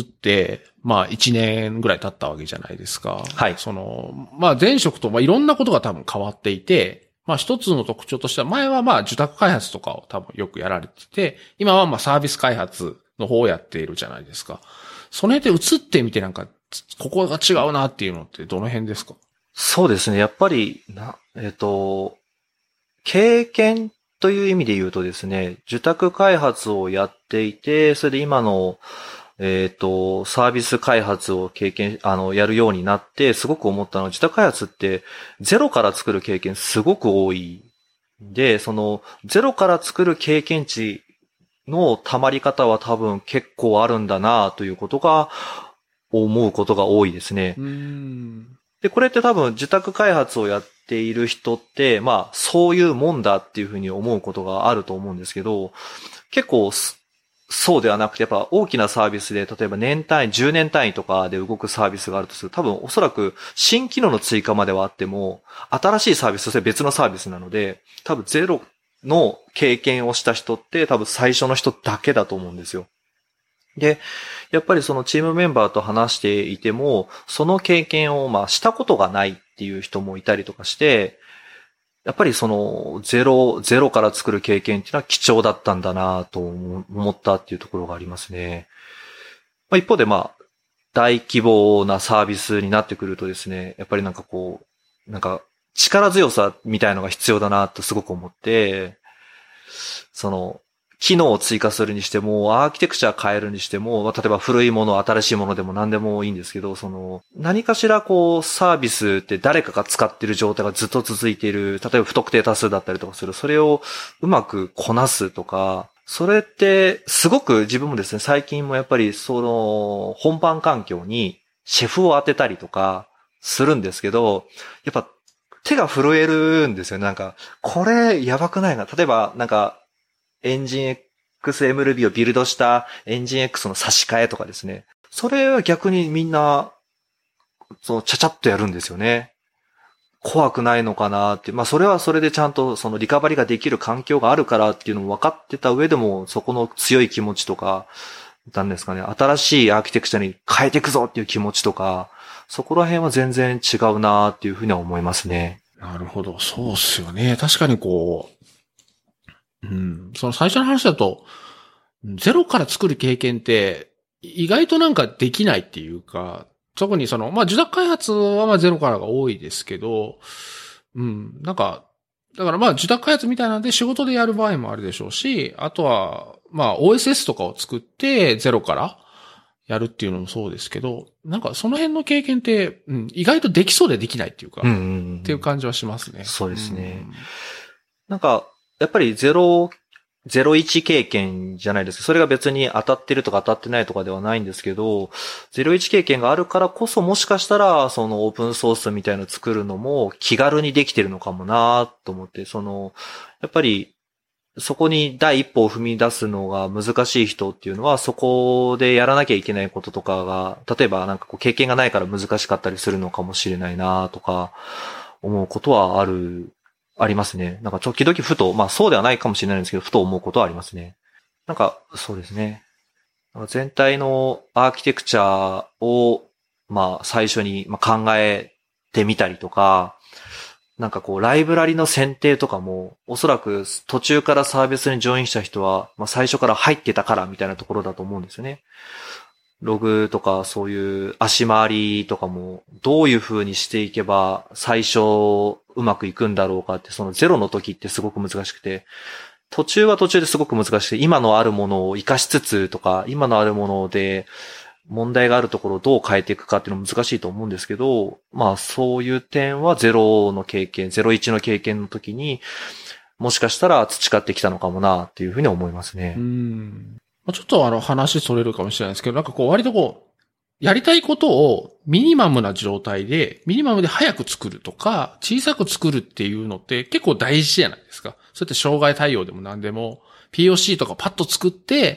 A: まあ、1年ぐらい経ったわけじゃないですか。
B: はい。
A: まあ、前職と、まあ、いろんなことが多分変わっていて、まあ一つの特徴としては、前はまあ受託開発とかを多分よくやられてて、今はまあサービス開発の方をやっているじゃないですか。その辺で移ってみてなんか、ここが違うなっていうのってどの辺ですか？
B: そうですね。やっぱり、経験という意味で言うとですね、受託開発をやっていて、それで今のサービス開発をやるようになって、すごく思ったのは、受託開発ってゼロから作る経験すごく多い。で、ゼロから作る経験値の溜まり方は多分結構あるんだなということが、思うことが多いですね。で、これって多分受託開発をやっている人って、まあ、そういうもんだっていうふうに思うことがあると思うんですけど、結構、そうではなくて、やっぱ大きなサービスで、例えば年単位、10年単位とかで動くサービスがあるとすると、多分おそらく新機能の追加まではあっても、新しいサービスとして別のサービスなので、多分ゼロの経験をした人って多分最初の人だけだと思うんですよ。で、やっぱりそのチームメンバーと話していても、その経験をまあしたことがないっていう人もいたりとかして、やっぱりゼロから作る経験っていうのは貴重だったんだなと思ったっていうところがありますね。まあ、一方でまあ、大規模なサービスになってくるとですね、やっぱりなんか力強さみたいのが必要だなとすごく思って、機能を追加するにしても、アーキテクチャ変えるにしても、例えば古いもの、新しいものでも何でもいいんですけど、何かしらサービスって誰かが使っている状態がずっと続いている、例えば不特定多数だったりとかする、それをうまくこなすとか、それってすごく自分もですね、最近もやっぱり本番環境にシェフを当てたりとかするんですけど、やっぱ手が震えるんですよね。なんか、これやばくないな。例えば、なんか、エンジン XMLB をビルドしたエンジン X の差し替えとかですね。それは逆にみんな、ちゃちゃっとやるんですよね。怖くないのかなって。まあそれはそれでちゃんとリカバリができる環境があるからっていうのも分かってた上でも、そこの強い気持ちとか、なんですかね、新しいアーキテクチャに変えていくぞっていう気持ちとか、そこら辺は全然違うなっていうふうには思いますね。
A: なるほど。そうっすよね。確かにその最初の話だと、ゼロから作る経験って、意外となんかできないっていうか、特にまあ、受託開発はまあゼロからが多いですけど、なんか、だからまあ、受託開発みたいなんで仕事でやる場合もあるでしょうし、あとは、まあ、OSS とかを作ってゼロからやるっていうのもそうですけど、なんかその辺の経験って、意外とできそうでできないっていうか、っていう感じはしますね。
B: そうですね。なんか、やっぱりゼロ 01経験じゃないですか。それが別に当たってるとか当たってないとかではないんですけど、01経験があるからこそもしかしたら、そのオープンソースみたいなのを作るのも気軽にできてるのかもなと思って、やっぱり、そこに第一歩を踏み出すのが難しい人っていうのは、そこでやらなきゃいけないこととかが、例えばなんかこう経験がないから難しかったりするのかもしれないなとか、思うことはありますね。なんか時々ふと、まあそうではないかもしれないんですけど、ふと思うことはありますね。なんか、そうですね。全体のアーキテクチャを、まあ最初に考えてみたりとか、なんかこう、ライブラリの選定とかも、おそらく途中からサービスにジョインした人は、まあ最初から入ってたからみたいなところだと思うんですよね。ログとかそういう足回りとかも、どういう風にしていけば最初うまくいくんだろうかって、そのゼロの時ってすごく難しくて、途中は途中ですごく難しくて、今のあるものを活かしつつとか、今のあるもので、問題があるところをどう変えていくかっていうのは難しいと思うんですけど、まあそういう点は0の経験、01の経験の時にもしかしたら培ってきたのかもなっていうふうに思いますね。
A: ちょっと話それるかもしれないですけど、なんかこう割とこう、やりたいことをミニマムな状態で、ミニマムで早く作るとか、小さく作るっていうのって結構大事じゃないですか。そうやって障害対応でも何でも、POC とかパッと作って、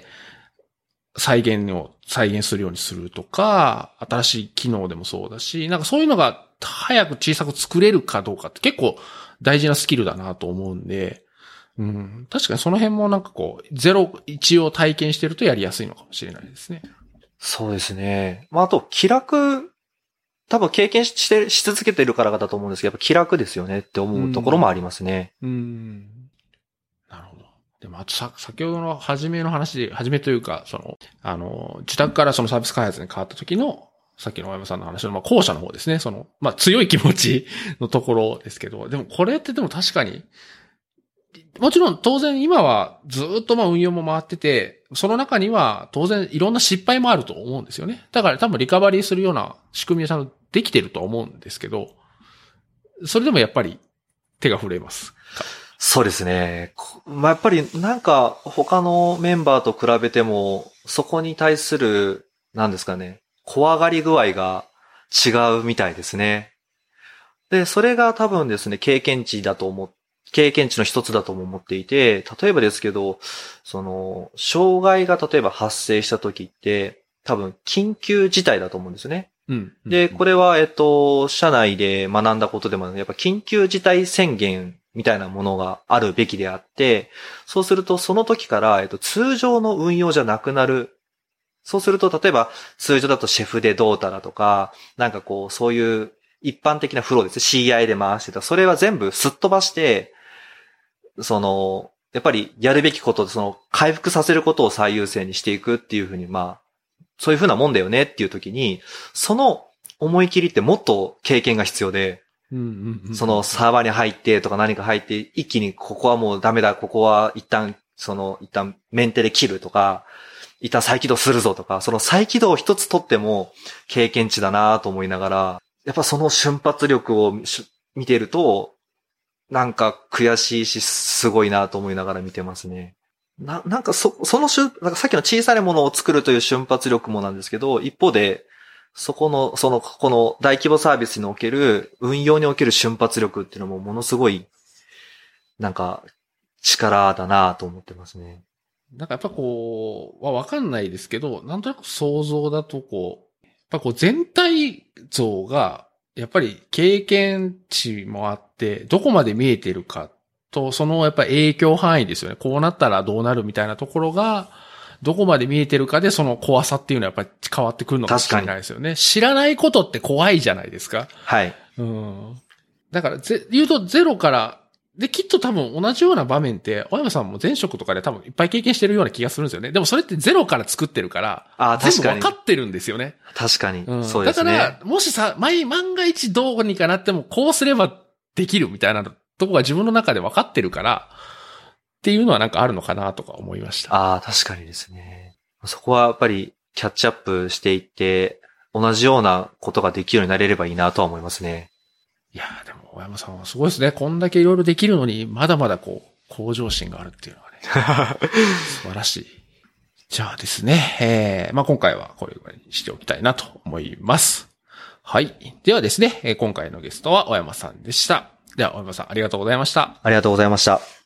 A: 再現するようにするとか、新しい機能でもそうだし、なんかそういうのが早く小さく作れるかどうかって結構大事なスキルだなと思うんで、確かにその辺もなんかこう、0、1を体験してるとやりやすいのかもしれないですね。
B: そうですね。まあ、あと、気楽、多分経験し続けてるからだと思うんですけど、やっぱ気楽ですよねって思うところもありますね。
A: なるほど。でも、あと先ほどの初めというか、自宅からそのサービス開発に変わった時の、さっきの大山さんの話の、後者の方ですね。強い気持ちのところですけど、でもこれってでも確かに、もちろん当然今はずっと運用も回ってて、その中には当然いろんな失敗もあると思うんですよね。だから多分リカバリーするような仕組みはちゃんとできてると思うんですけど、それでもやっぱり手が震えますか？
B: そうですね。まあ、やっぱりなんか他のメンバーと比べても、そこに対する、なんですかね、怖がり具合が違うみたいですね。で、それが多分ですね、経験値の一つだとも思っていて、例えばですけど、障害が例えば発生した時って、多分緊急事態だと思うんですよね。で、これは、社内で学んだことでも、やっぱ緊急事態宣言みたいなものがあるべきであって、そうするとその時から、通常の運用じゃなくなる。そうすると、例えば通常だとシェフでどうたらとか、なんかこう、そういう一般的なフローです。CI で回してた。それは全部すっ飛ばして、やっぱりやるべきこと、回復させることを最優先にしていくっていうふうに、そういうふうなもんだよねっていう時に、その思い切りってもっと経験が必要で、そのサーバーに入ってとか何か入って、一気にここはもうダメだ、ここは一旦メンテで切るとか、一旦再起動するぞとか、その再起動を一つ取っても経験値だなと思いながら、やっぱその瞬発力を見てると、なんか悔しいし、すごいなと思いながら見てますね。なんかなんかさっきの小さなものを作るという瞬発力もなんですけど、一方で、この大規模サービスにおける、運用における瞬発力っていうのもものすごい、なんか、力だなと思ってますね。
A: なんかやっぱわかんないですけど、なんとなく想像だとやっぱ全体像が、やっぱり経験値もあって、どこまで見えてるかと、やっぱ影響範囲ですよね。こうなったらどうなるみたいなところが、どこまで見えてるかでその怖さっていうのはやっぱり変わってくるのかもしれないですよね。知らないことって怖いじゃないですか。
B: はい。
A: だから言うとゼロから、で、きっと多分同じような場面って、小山さんも前職とかで多分いっぱい経験してるような気がするんですよね。でもそれってゼロから作ってるから、全部分かってるんですよね。
B: 確かに。そうですね。
A: だから、もし万が一どうにかなっても、こうすればできるみたいなとこが自分の中で分かってるから、っていうのはなんかあるのかなとか思いました。
B: 確かにですね。そこはやっぱりキャッチアップしていって、同じようなことができるようになれればいいなとは思いますね。
A: いやでも、小山さんはすごいですね。こんだけいろいろできるのに、まだまだ向上心があるっていうのはね。 素晴らしい。じゃあですね、まあ、今回はこれぐらいにしておきたいなと思います。はい。ではですね、今回のゲストは小山さんでした。では、小山さんありがとうございました。
B: ありがとうございました。